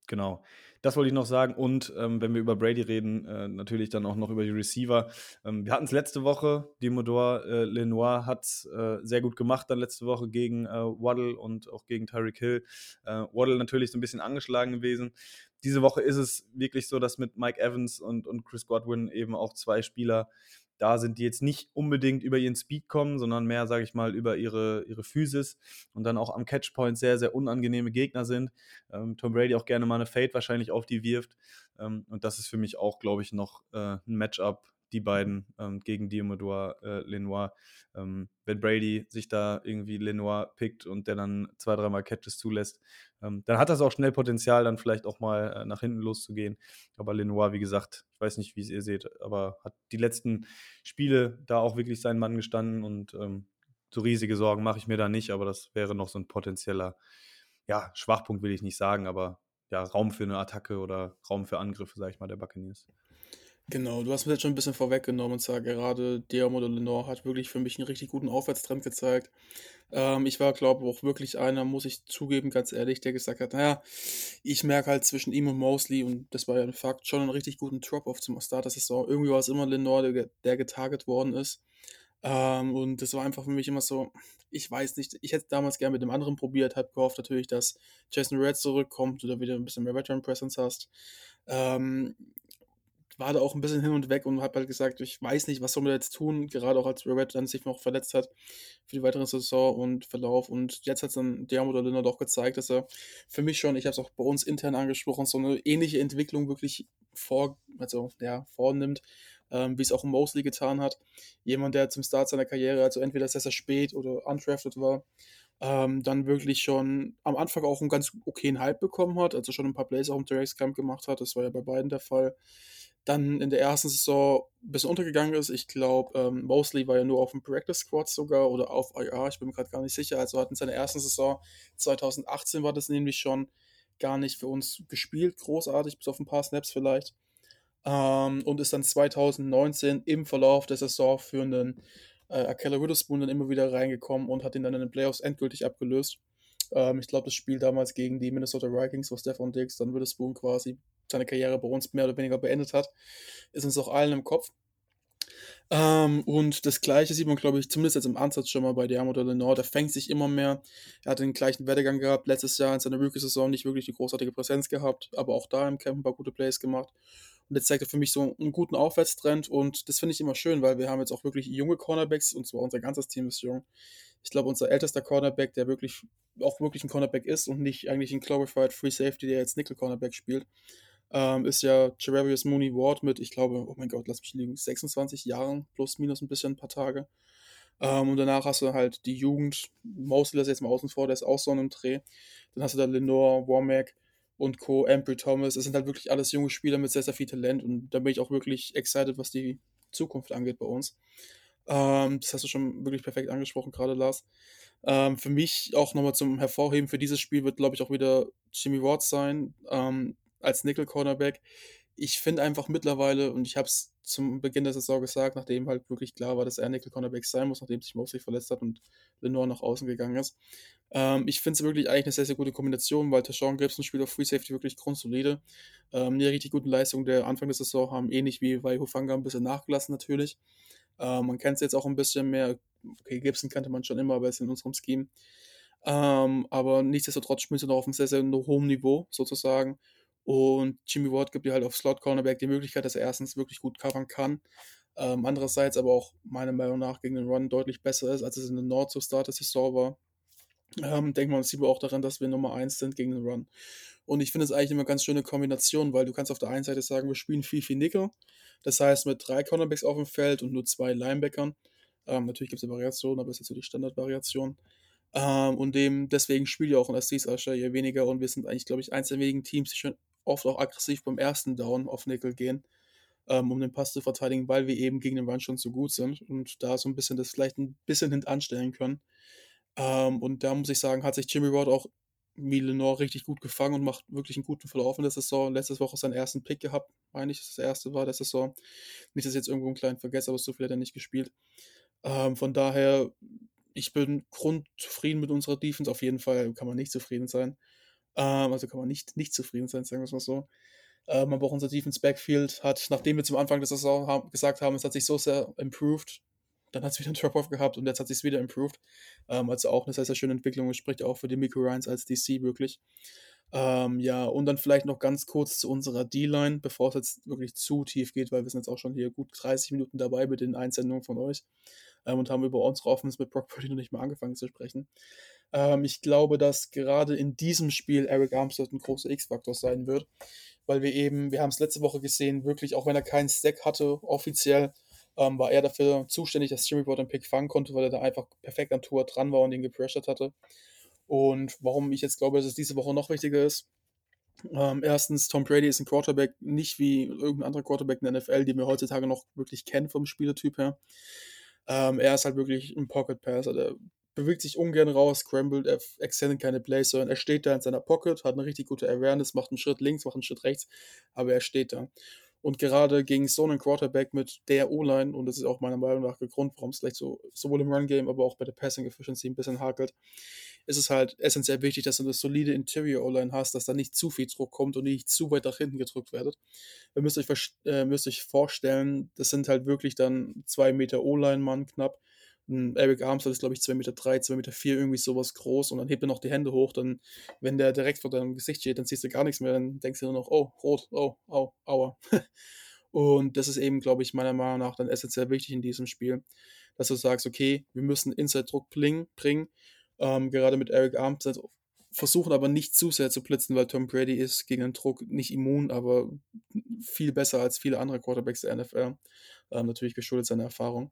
Genau, das wollte ich noch sagen. Und ähm, wenn wir über Brady reden, äh, natürlich dann auch noch über die Receiver. Ähm, wir hatten es letzte Woche, Demodore äh, Lenoir hat es äh, sehr gut gemacht dann letzte Woche gegen äh, Waddle und auch gegen Tyreek Hill. Äh, Waddle natürlich so ein bisschen angeschlagen gewesen. Diese Woche ist es wirklich so, dass mit Mike Evans und, und Chris Godwin eben auch zwei Spieler da sind, die jetzt nicht unbedingt über ihren Speed kommen, sondern mehr, sage ich mal, über ihre, ihre Physis und dann auch am Catchpoint sehr, sehr unangenehme Gegner sind. Ähm, Tom Brady auch gerne mal eine Fade wahrscheinlich auf die wirft. Ähm, und das ist für mich auch, glaube ich, noch äh, ein Matchup, die beiden ähm, gegen Diomedor äh, Lenoir. Ähm, wenn Brady sich da irgendwie Lenoir pickt und der dann zwei, dreimal Catches zulässt, ähm, dann hat das auch schnell Potenzial, dann vielleicht auch mal äh, nach hinten loszugehen. Aber Lenoir, wie gesagt, ich weiß nicht, wie es ihr seht, aber hat die letzten Spiele da auch wirklich seinen Mann gestanden und ähm, so riesige Sorgen mache ich mir da nicht, aber das wäre noch so ein potenzieller, ja, Schwachpunkt will ich nicht sagen, aber ja, Raum für eine Attacke oder Raum für Angriffe, sage ich mal, der Buccaneers. Genau, du hast mir jetzt schon ein bisschen vorweggenommen, und zwar gerade Diomede Lenoir hat wirklich für mich einen richtig guten Aufwärtstrend gezeigt. Ähm, ich war, glaube ich, auch wirklich einer, muss ich zugeben, ganz ehrlich, der gesagt hat, naja, ich merke halt zwischen ihm und Mosley, und das war ja ein Fakt, schon einen richtig guten Drop-off zum Start der Saison. Irgendwie war es immer Lenoir, der, ge- der getarget worden ist. Ähm, und das war einfach für mich immer so, ich weiß nicht, ich hätte damals gerne mit dem anderen probiert, habe gehofft natürlich, dass Jason Red zurückkommt oder wieder ein bisschen mehr Veteran Presence hast. Ähm, war da auch ein bisschen hin und weg und habe halt gesagt, ich weiß nicht, was soll man jetzt tun, gerade auch als Red dann sich noch verletzt hat für die weitere Saison und Verlauf. Und jetzt hat dann Diamo Liner doch gezeigt, dass er für mich schon, ich habe es auch bei uns intern angesprochen, so eine ähnliche Entwicklung wirklich vor, also, ja, vornimmt, ähm, wie es auch Mosley getan hat. Jemand, der zum Start seiner Karriere, also entweder sehr, sehr spät oder undrafted war, ähm, dann wirklich schon am Anfang auch einen ganz okayen Hype bekommen hat, also schon ein paar Plays auch im Drax Camp gemacht hat. Das war ja bei beiden der Fall. Dann in der ersten Saison ein bisschen untergegangen ist. Ich glaube, ähm, Mosley war ja nur auf dem Practice Squad sogar oder auf I R, ich bin mir gerade gar nicht sicher. Also hat in seiner ersten Saison, zwanzig achtzehn war das nämlich schon, gar nicht für uns gespielt, großartig, bis auf ein paar Snaps vielleicht. Ähm, und ist dann zwanzig neunzehn im Verlauf der Saison für einen äh, Akella Witherspoon dann immer wieder reingekommen und hat ihn dann in den Playoffs endgültig abgelöst. Ähm, ich glaube, das Spiel damals gegen die Minnesota Vikings, wo Stephon Diggs dann Witherspoon quasi seine Karriere bei uns mehr oder weniger beendet hat, ist uns auch allen im Kopf. Ähm, und das Gleiche sieht man, glaube ich, zumindest jetzt im Ansatz schon mal bei Diamo de Lenoir. Der fängt sich immer mehr. Er hat den gleichen Werdegang gehabt. Letztes Jahr in seiner Rookie-Saison nicht wirklich eine großartige Präsenz gehabt, aber auch da im Camp ein paar gute Plays gemacht. Und jetzt zeigt er für mich so einen guten Aufwärtstrend und das finde ich immer schön, weil wir haben jetzt auch wirklich junge Cornerbacks und zwar unser ganzes Team ist jung. Ich glaube, unser ältester Cornerback, der wirklich auch wirklich ein Cornerback ist und nicht eigentlich ein Glorified Free Safety, der jetzt Nickel Cornerback spielt, ähm, ist ja Javarius Mooney Ward mit, ich glaube, oh mein Gott, lass mich liegen, sechsundzwanzig Jahren, plus minus ein bisschen, ein paar Tage. Ähm, und danach hast du halt die Jugend, Mosley ist jetzt mal außen vor, der ist auch so in einem Dreh. Dann hast du da Lenore, Womack und Co., Ambry Thomas. Das sind halt wirklich alles junge Spieler mit sehr, sehr viel Talent und da bin ich auch wirklich excited, was die Zukunft angeht bei uns. Ähm, das hast du schon wirklich perfekt angesprochen, gerade Lars. Ähm, für mich auch nochmal zum Hervorheben für dieses Spiel wird, glaube ich, auch wieder Jimmy Ward sein, ähm, als Nickel-Cornerback. Ich finde einfach mittlerweile, und ich habe es zum Beginn der Saison gesagt, nachdem halt wirklich klar war, dass er Nickel-Cornerback sein muss, nachdem sich Mosley verletzt hat und Lenore nach außen gegangen ist. Ähm, ich finde es wirklich eigentlich eine sehr, sehr gute Kombination, weil Tashawn Gibson spielt auf Free Safety wirklich grundsolide. Ähm, eine richtig gute Leistung der Anfang der Saison haben, ähnlich wie bei Hufanga ein bisschen nachgelassen natürlich. Äh, man kennt es jetzt auch ein bisschen mehr. Okay, Gibson kannte man schon immer, aber ist in unserem Scheme. Ähm, aber nichtsdestotrotz spielt er noch auf einem sehr, sehr hohen Niveau sozusagen. Und Jimmy Ward gibt dir halt auf Slot Cornerback die Möglichkeit, dass er erstens wirklich gut covern kann. Ähm, andererseits aber auch meiner Meinung nach gegen den Run deutlich besser ist, als es in der Nord zu Start der Saison war. Ähm, denkt man, das sieht man auch daran, dass wir Nummer eins sind gegen den Run. Und ich finde es eigentlich immer eine ganz schöne Kombination, weil du kannst auf der einen Seite sagen, wir spielen viel, viel Nickel. Das heißt, mit drei Cornerbacks auf dem Feld und nur zwei Linebackern. Ähm, natürlich gibt es Variationen, aber es ist jetzt so die Standardvariation. Ähm, und dem, deswegen spielt ja auch in Aziz Asher hier weniger und wir sind eigentlich, glaube ich, eins der wenigen Teams, die schon oft auch aggressiv beim ersten Down auf Nickel gehen, ähm, um den Pass zu verteidigen, weil wir eben gegen den Run schon so gut sind und da so ein bisschen das vielleicht ein bisschen hintanstellen können. Ähm, und da muss ich sagen, hat sich Jimmy Ward auch wie Lenore richtig gut gefangen und macht wirklich einen guten Verlauf in der Saison. Letzte Woche seinen ersten Pick gehabt, meine ich, dass das erste war der Saison. Nicht, dass ich jetzt irgendwo einen kleinen vergesse, aber so viel hat er nicht gespielt. Ähm, von daher, ich bin grundzufrieden mit unserer Defense. Auf jeden Fall kann man nicht zufrieden sein. Ähm, also kann man nicht, nicht zufrieden sein, sagen wir es mal so. Ähm, aber auch unser Defense Backfield hat, nachdem wir zum Anfang der Saison haben, gesagt haben, es hat sich so sehr improved, dann hat es wieder einen Drop-Off gehabt und jetzt hat es sich wieder improved. Ähm, also auch eine sehr, sehr schöne Entwicklung und spricht auch für die Miko Ryans als D C wirklich. Ähm, ja, und dann vielleicht noch ganz kurz zu unserer D-Line, bevor es jetzt wirklich zu tief geht, weil wir sind jetzt auch schon hier gut dreißig Minuten dabei mit den Einsendungen von euch ähm, und haben über unsere Offense mit Brock Purdy noch nicht mal angefangen zu sprechen. Ähm, ich glaube, dass gerade in diesem Spiel Eric Armstead ein großer X-Faktor sein wird, weil wir eben, wir haben es letzte Woche gesehen, wirklich, auch wenn er keinen Stack hatte, offiziell, ähm, war er dafür zuständig, dass Jimmy Ward den Pick fangen konnte, weil er da einfach perfekt am Tour dran war und ihn gepressured hatte. Und warum ich jetzt glaube, dass es diese Woche noch wichtiger ist, ähm, erstens, Tom Brady ist ein Quarterback, nicht wie irgendein anderer Quarterback in der N F L, den wir heutzutage noch wirklich kennen vom Spielertyp her. Ähm, er ist halt wirklich ein Pocket Passer, der bewegt sich ungern raus, scrambled, er extendet keine Plays, sondern er steht da in seiner Pocket, hat eine richtig gute Awareness, macht einen Schritt links, macht einen Schritt rechts, aber er steht da. Und gerade gegen so einen Quarterback mit der O-Line, und das ist auch meiner Meinung nach der Grund, warum es vielleicht so sowohl im Run-Game, aber auch bei der Passing Efficiency ein bisschen hakelt, ist es halt essentiell wichtig, dass du eine solide Interior O-Line hast, dass da nicht zu viel Druck kommt und nicht zu weit nach hinten gedrückt werdet. Ihr müsst euch, vers- äh, müsst euch vorstellen, das sind halt wirklich dann zwei Meter O-Line-Mann knapp. Ein Eric Armstead ist, glaube ich, zwei Meter drei, zwei Meter vier, irgendwie sowas groß und dann hebt er noch die Hände hoch, dann, wenn der direkt vor deinem Gesicht steht, dann siehst du gar nichts mehr, dann denkst du nur noch, oh, rot, oh, au, aua. Und das ist eben, glaube ich, meiner Meinung nach dann essentiell wichtig in diesem Spiel, dass du sagst, okay, wir müssen Inside-Druck bringen, bringen ähm, gerade mit Eric Armstead, versuchen aber nicht zu sehr zu blitzen, weil Tom Brady ist gegen den Druck nicht immun, aber viel besser als viele andere Quarterbacks der N F L. Ähm, natürlich geschuldet seiner Erfahrung.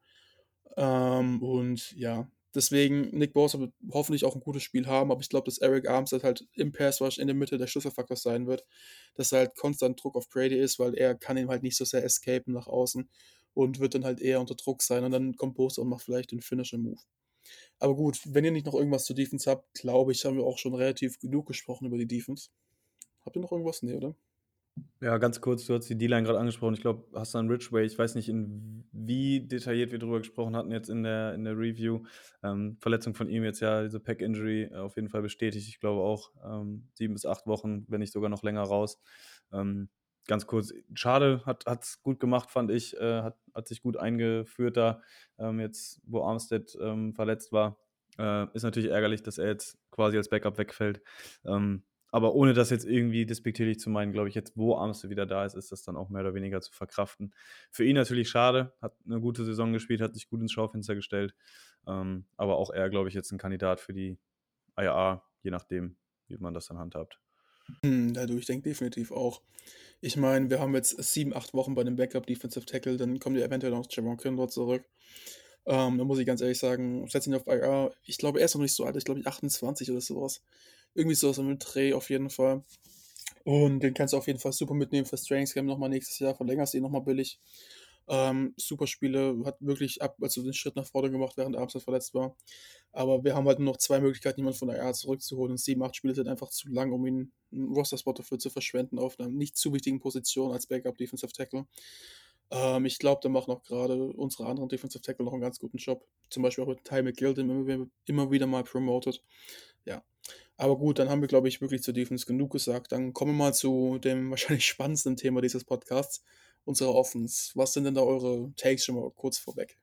Ähm, und ja, deswegen, Nick Bosa wird hoffentlich auch ein gutes Spiel haben, aber ich glaube, dass Eric Armstead halt im Pass Rush in der Mitte der Schlüsselfaktor sein wird, dass er halt konstant Druck auf Brady ist, weil er kann ihn halt nicht so sehr escapen nach außen und wird dann halt eher unter Druck sein und dann kommt Bosa und macht vielleicht den Finisher-Move. Aber gut, wenn ihr nicht noch irgendwas zur Defense habt, glaube ich, haben wir auch schon relativ genug gesprochen über die Defense. Habt ihr noch irgendwas? Nee, oder? Ja, ganz kurz, du hast die D-Line gerade angesprochen. Ich glaube, Hassan Ridgway, ich weiß nicht, in wie detailliert wir darüber gesprochen hatten jetzt in der, in der Review. Ähm, Verletzung von ihm jetzt ja, diese Pack-Injury äh, auf jeden Fall bestätigt. Ich glaube auch ähm, sieben bis acht Wochen, wenn nicht sogar noch länger raus. Ähm, ganz kurz, schade, hat es gut gemacht, fand ich. Äh, hat, hat sich gut eingeführt da, ähm, jetzt wo Armstead ähm, verletzt war. Äh, ist natürlich ärgerlich, dass er jetzt quasi als Backup wegfällt. Ähm, aber ohne das jetzt irgendwie despektierlich zu meinen, glaube ich, jetzt, wo Armstead wieder da ist, ist das dann auch mehr oder weniger zu verkraften. Für ihn natürlich schade, hat eine gute Saison gespielt, hat sich gut ins Schaufenster gestellt. Ähm, aber auch er, glaube ich, jetzt ein Kandidat für die I R, je nachdem, wie man das dann handhabt. Hm, dadurch ich denke definitiv auch. Ich meine, wir haben jetzt sieben, acht Wochen bei einem Backup Defensive Tackle, dann kommt ja eventuell noch Javon Kindler zurück. Ähm, da muss ich ganz ehrlich sagen, setze ihn auf I R. Ich glaube, er ist noch nicht so alt, ich glaube ich achtundzwanzig oder sowas. Irgendwie sowas im Dreh auf jeden Fall. Und den kannst du auf jeden Fall super mitnehmen fürs Trainingscamp nochmal nächstes Jahr, verlängerst ihn nochmal billig. Ähm, super Spiele, hat wirklich ab, also den Schritt nach vorne gemacht, während Armstead verletzt war. Aber wir haben halt nur noch zwei Möglichkeiten, jemanden von der I R zurückzuholen. Und sieben, acht Spiele sind einfach zu lang, um ihn einen Roster-Spot dafür zu verschwenden auf einer nicht zu wichtigen Position als Backup Defensive Tackle. Ähm, ich glaube, da machen auch gerade unsere anderen Defensive Tackle noch einen ganz guten Job. Zum Beispiel auch mit Ty McGill, den immer, immer wieder mal promoted. Ja. Aber gut, dann haben wir, glaube ich, wirklich zur Defense genug gesagt. Dann kommen wir mal zu dem wahrscheinlich spannendsten Thema dieses Podcasts, unsere Offense. Was sind denn da eure Takes schon mal kurz vorweg?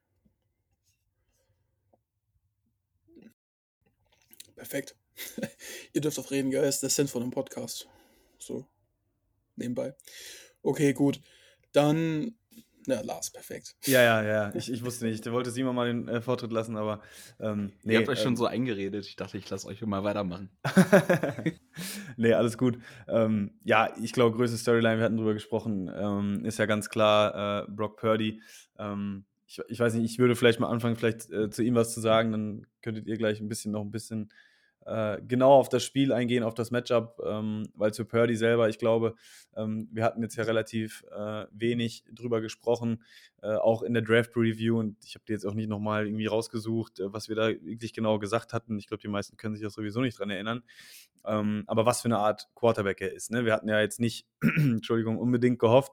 Perfekt. Ihr dürft auch reden, gell? Das ist der Sinn von einem Podcast. So, nebenbei. Okay, gut. Dann, na, Lars, perfekt. Ja, ja, ja. Ich, ich wusste nicht. Der wollte Simon mal den äh, Vortritt lassen, aber ähm, nee. Ihr habt euch ähm, schon so eingeredet. Ich dachte, ich lasse euch mal weitermachen. Nee, alles gut. Ähm, ja, ich glaube, größte Storyline, wir hatten drüber gesprochen, ähm, ist ja ganz klar äh, Brock Purdy. Ähm, ich, ich weiß nicht, ich würde vielleicht mal anfangen, vielleicht äh, zu ihm was zu sagen, dann könntet ihr gleich ein bisschen noch ein bisschen äh, genau auf das Spiel eingehen, auf das Matchup, ähm, weil zu Purdy selber, ich glaube, ähm, wir hatten jetzt ja relativ äh, wenig drüber gesprochen, äh, auch in der Draft-Review, und ich habe die jetzt auch nicht nochmal irgendwie rausgesucht, äh, was wir da wirklich genau gesagt hatten. Ich glaube, die meisten können sich auch sowieso nicht dran erinnern. Ähm, aber was für eine Art Quarterback er ist. Ne? Wir hatten ja jetzt nicht, Entschuldigung, unbedingt gehofft,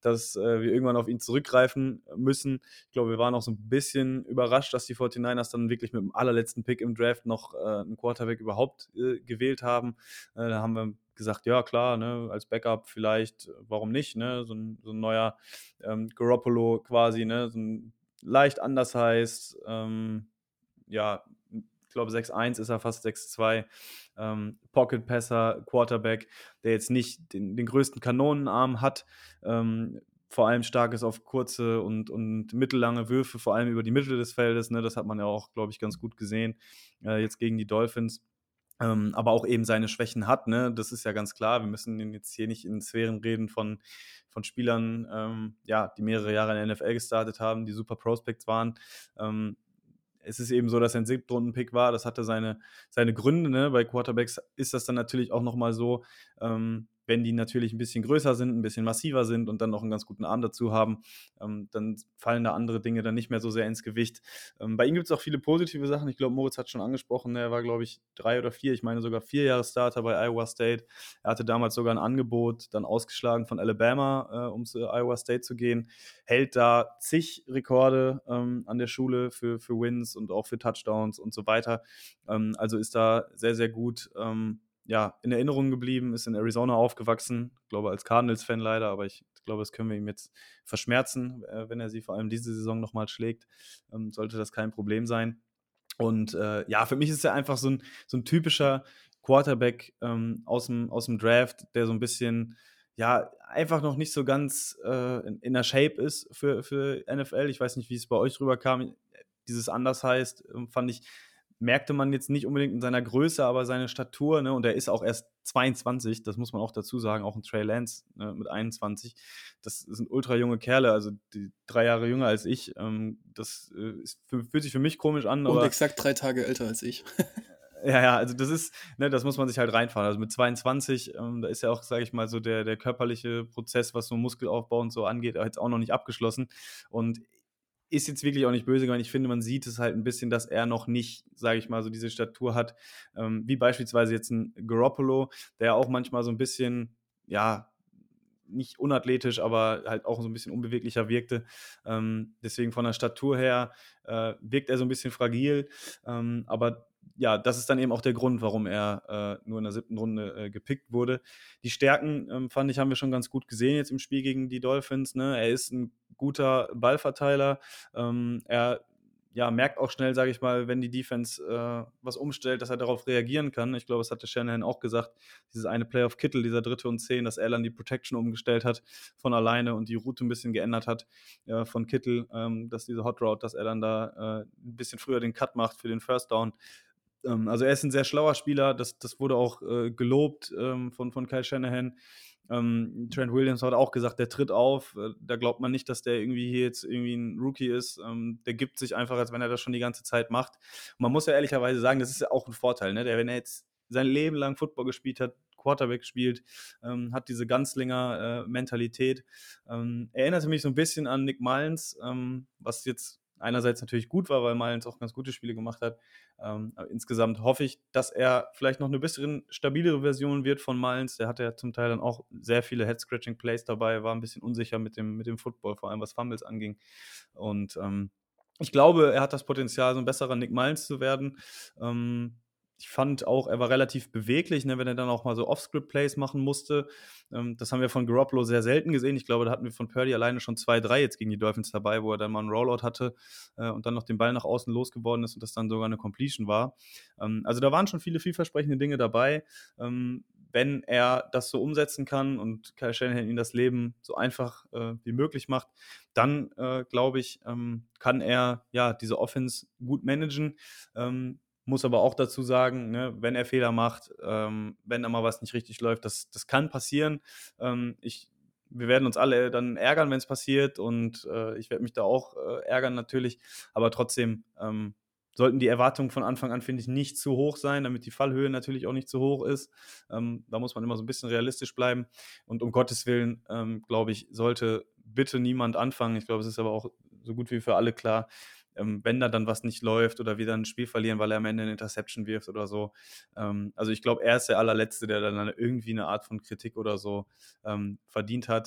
dass äh, wir irgendwann auf ihn zurückgreifen müssen. Ich glaube, wir waren auch so ein bisschen überrascht, dass die forty-niners dann wirklich mit dem allerletzten Pick im Draft noch äh, einen Quarterback überhaupt äh, gewählt haben. Äh, da haben wir gesagt, ja klar, ne, als Backup vielleicht, warum nicht, ne, so ein, so ein neuer ähm, Garoppolo quasi, ne, so ein leicht anders heißt, ähm, ja, ich glaube sechs eins ist er fast, sechs zwei, ähm, Pocket-Passer, Quarterback, der jetzt nicht den, den größten Kanonenarm hat, ähm, vor allem stark ist auf kurze und, und mittellange Würfe, vor allem über die Mitte des Feldes, ne, das hat man ja auch, glaube ich, ganz gut gesehen, äh, jetzt gegen die Dolphins. Ähm, aber auch eben seine Schwächen hat, ne? Das ist ja ganz klar. Wir müssen jetzt hier nicht in Sphären reden von, von Spielern, ähm, ja, die mehrere Jahre in der N F L gestartet haben, die super Prospects waren. Ähm, es ist eben so, dass er ein Siebtrunden-Pick war. Das hatte seine, seine Gründe. Ne? Bei Quarterbacks ist das dann natürlich auch nochmal so, ähm, wenn die natürlich ein bisschen größer sind, ein bisschen massiver sind und dann noch einen ganz guten Arm dazu haben, ähm, dann fallen da andere Dinge dann nicht mehr so sehr ins Gewicht. Ähm, bei ihm gibt es auch viele positive Sachen. Ich glaube, Moritz hat schon angesprochen, ne? Er war, glaube ich, drei oder vier, ich meine sogar vier Jahre Starter bei Iowa State. Er hatte damals sogar ein Angebot, dann ausgeschlagen von Alabama, äh, um zu Iowa State zu gehen. Hält da zig Rekorde ähm, an der Schule für, für Wins und auch für Touchdowns und so weiter. Ähm, also ist da sehr, sehr gut ähm, ja, in Erinnerung geblieben, ist in Arizona aufgewachsen, ich glaube als Cardinals-Fan leider, aber ich glaube, das können wir ihm jetzt verschmerzen, äh, wenn er sie vor allem diese Saison nochmal schlägt, ähm, sollte das kein Problem sein. Und äh, ja, für mich ist er einfach so ein, so ein typischer Quarterback ähm, aus, dem, aus dem Draft, der so ein bisschen, ja, einfach noch nicht so ganz äh, in, in der Shape ist für, für N F L. Ich weiß nicht, wie es bei euch rüberkam. Dieses anders heißt, ähm, fand ich, merkte man jetzt nicht unbedingt in seiner Größe, aber seine Statur, ne, und er ist auch erst zweiundzwanzig, das muss man auch dazu sagen, auch ein Trey Lance, ne, mit einundzwanzig, das sind ultra junge Kerle, also die drei Jahre jünger als ich, ähm, das äh, ist, fühlt sich für mich komisch an, Und aber exakt drei Tage älter als ich. ja, ja, also das ist, ne, das muss man sich halt reinfahren. Also mit zweiundzwanzig, ähm, da ist ja auch, sage ich mal, so der, der körperliche Prozess, was so Muskelaufbau und so angeht, jetzt auch noch nicht abgeschlossen. Und ist jetzt wirklich auch nicht böse gemeint. Ich finde, man sieht es halt ein bisschen, dass er noch nicht, sage ich mal, so diese Statur hat, ähm, wie beispielsweise jetzt ein Garoppolo, der auch manchmal so ein bisschen, ja, nicht unathletisch, aber halt auch so ein bisschen unbeweglicher wirkte. Ähm, deswegen von der Statur her äh, wirkt er so ein bisschen fragil. Ähm, aber ja, das ist dann eben auch der Grund, warum er äh, nur in der siebten Runde äh, gepickt wurde. Die Stärken, ähm, fand ich, haben wir schon ganz gut gesehen jetzt im Spiel gegen die Dolphins. Ne? Er ist ein guter Ballverteiler. Ähm, er ja, merkt auch schnell, sage ich mal, wenn die Defense äh, was umstellt, dass er darauf reagieren kann. Ich glaube, das hatte Shanahan auch gesagt, dieses eine Play auf Kittle, dieser dritte und zehn, dass er dann die Protection umgestellt hat von alleine und die Route ein bisschen geändert hat äh, von Kittle, ähm, dass diese Hot Route, dass er dann da äh, ein bisschen früher den Cut macht für den First Down. Ähm, also er ist ein sehr schlauer Spieler, das, das wurde auch äh, gelobt ähm, von, von Kyle Shanahan. Ähm, Trent Williams hat auch gesagt, der tritt auf, äh, da glaubt man nicht, dass der irgendwie hier jetzt irgendwie ein Rookie ist, ähm, der gibt sich einfach, als wenn er das schon die ganze Zeit macht. Und man muss ja ehrlicherweise sagen, das ist ja auch ein Vorteil, ne? Der, wenn er jetzt sein Leben lang Football gespielt hat, Quarterback spielt, ähm, hat diese Ganzlinger-Mentalität. Äh, ähm, erinnerte mich so ein bisschen an Nick Mullins, ähm, was jetzt einerseits natürlich gut war, weil Mullins auch ganz gute Spiele gemacht hat. Ähm, aber insgesamt hoffe ich, dass er vielleicht noch eine bessere, stabilere Version wird von Mullins. Der hatte ja zum Teil dann auch sehr viele Head-Scratching-Plays dabei, war ein bisschen unsicher mit dem, mit dem Football, vor allem was Fumbles anging. Und ähm, ich glaube, er hat das Potenzial, so ein besserer Nick Mullins zu werden. Ähm, ich fand auch, er war relativ beweglich, ne, wenn er dann auch mal so Off-Script-Plays machen musste. Ähm, das haben wir von Garoppolo sehr selten gesehen. Ich glaube, da hatten wir von Purdy alleine schon zwei, drei jetzt gegen die Dolphins dabei, wo er dann mal einen Rollout hatte äh, und dann noch den Ball nach außen losgeworden ist und das dann sogar eine Completion war. Ähm, also da waren schon viele vielversprechende Dinge dabei. Ähm, wenn er das so umsetzen kann und Kyle Shanahan ihm das Leben so einfach äh, wie möglich macht, dann äh, glaube ich, ähm, kann er ja diese Offense gut managen. Ähm, muss aber auch dazu sagen, ne, wenn er Fehler macht, ähm, wenn da mal was nicht richtig läuft, das, das kann passieren. Ähm, ich, wir werden uns alle dann ärgern, wenn es passiert und äh, ich werde mich da auch äh, ärgern natürlich, aber trotzdem ähm, sollten die Erwartungen von Anfang an, finde ich, nicht zu hoch sein, damit die Fallhöhe natürlich auch nicht zu hoch ist. Ähm, da muss man immer so ein bisschen realistisch bleiben und um Gottes Willen, ähm, glaube ich, sollte bitte niemand anfangen. Ich glaube, es ist aber auch so gut wie für alle klar, ähm, wenn da dann was nicht läuft oder wir dann ein Spiel verlieren, weil er am Ende eine Interception wirft oder so. Ähm, also ich glaube, er ist der allerletzte, der dann irgendwie eine Art von Kritik oder so ähm, verdient hat.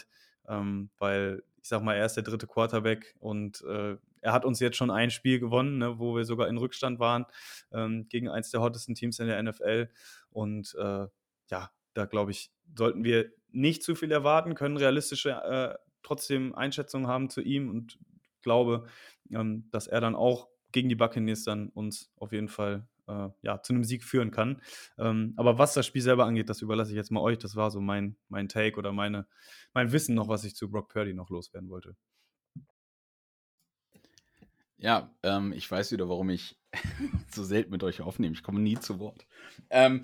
ähm, weil ich sag mal, er ist der dritte Quarterback und äh, er hat uns jetzt schon ein Spiel gewonnen, ne, wo wir sogar in Rückstand waren ähm, gegen eins der hottesten Teams in der N F L und äh, ja, da glaube ich, sollten wir nicht zu viel erwarten, können realistische äh, trotzdem Einschätzungen haben zu ihm und glaube, ähm, dass er dann auch gegen die Buccaneers dann uns auf jeden Fall äh, ja, zu einem Sieg führen kann. Ähm, aber was das Spiel selber angeht, das überlasse ich jetzt mal euch. Das war so mein, mein Take oder meine, mein Wissen noch, was ich zu Brock Purdy noch loswerden wollte. Ja, ähm, ich weiß wieder, warum ich so selten mit euch aufnehme. Ich komme nie zu Wort. Ähm,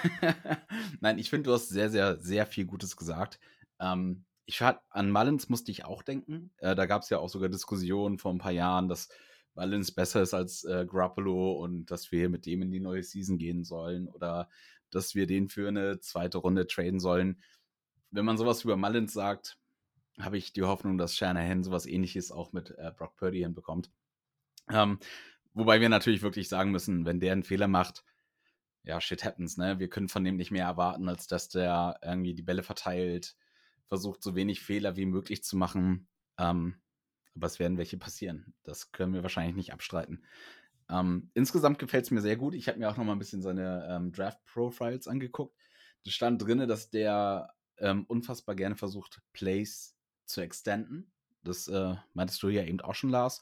Nein, ich finde, du hast sehr, sehr, sehr viel Gutes gesagt. Ähm, ich hat, an Mullins musste ich auch denken. Äh, da gab es ja auch sogar Diskussionen vor ein paar Jahren, dass Mullins besser ist als äh, Garoppolo und dass wir mit dem in die neue Season gehen sollen oder dass wir den für eine zweite Runde traden sollen. Wenn man sowas über Mullins sagt, habe ich die Hoffnung, dass Shanahan sowas Ähnliches auch mit äh, Brock Purdy hinbekommt. Ähm, wobei wir natürlich wirklich sagen müssen, wenn der einen Fehler macht, ja, shit happens, ne? Wir können von dem nicht mehr erwarten, als dass der irgendwie die Bälle verteilt, versucht, so wenig Fehler wie möglich zu machen. Ähm, aber es werden welche passieren. Das können wir wahrscheinlich nicht abstreiten. Ähm, insgesamt gefällt es mir sehr gut. Ich habe mir auch noch mal ein bisschen seine ähm, Draft-Profiles angeguckt. Da stand drin, dass der ähm, unfassbar gerne versucht, Plays zu extenden. Das äh, meintest du ja eben auch schon, Lars.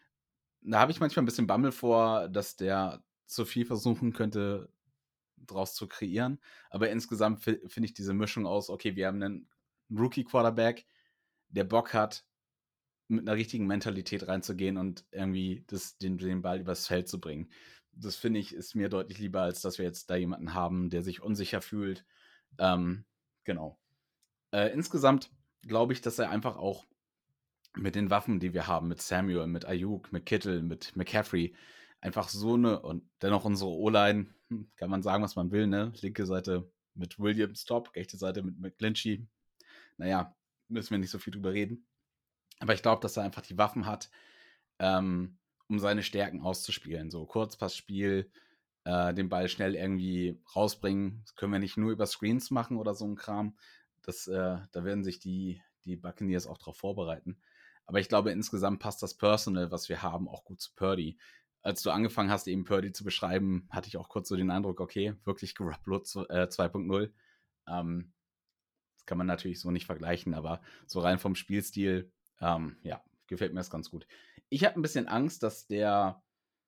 Da habe ich manchmal ein bisschen Bammel vor, dass der zu viel versuchen könnte, draus zu kreieren. Aber insgesamt fi- finde ich diese Mischung aus, okay, wir haben einen Rookie-Quarterback, der Bock hat, mit einer richtigen Mentalität reinzugehen und irgendwie das, den, den Ball übers Feld zu bringen. Das finde ich, ist mir deutlich lieber, als dass wir jetzt da jemanden haben, der sich unsicher fühlt. Ähm, genau. Äh, insgesamt glaube ich, dass er einfach auch mit den Waffen, die wir haben, mit Samuel, mit Ayuk, mit Kittle, mit McCaffrey, einfach so eine, und dennoch unsere O-Line, hm, kann man sagen, was man will, ne? Linke Seite mit Williams top, rechte Seite mit McGlinchey. Naja, müssen wir nicht so viel drüber reden. Aber ich glaube, dass er einfach die Waffen hat, ähm, um seine Stärken auszuspielen. So Kurzpassspiel, äh, den Ball schnell irgendwie rausbringen. Das können wir nicht nur über Screens machen oder so ein Kram. Das, äh, da werden sich die, die Buccaneers auch drauf vorbereiten. Aber ich glaube, insgesamt passt das Personal, was wir haben, auch gut zu Purdy. Als du angefangen hast, eben Purdy zu beschreiben, hatte ich auch kurz so den Eindruck, okay, wirklich Garoppolo äh, zwei Punkt null. Ähm, das kann man natürlich so nicht vergleichen, aber so rein vom Spielstil, ähm, ja, gefällt mir das ganz gut. Ich habe ein bisschen Angst, dass der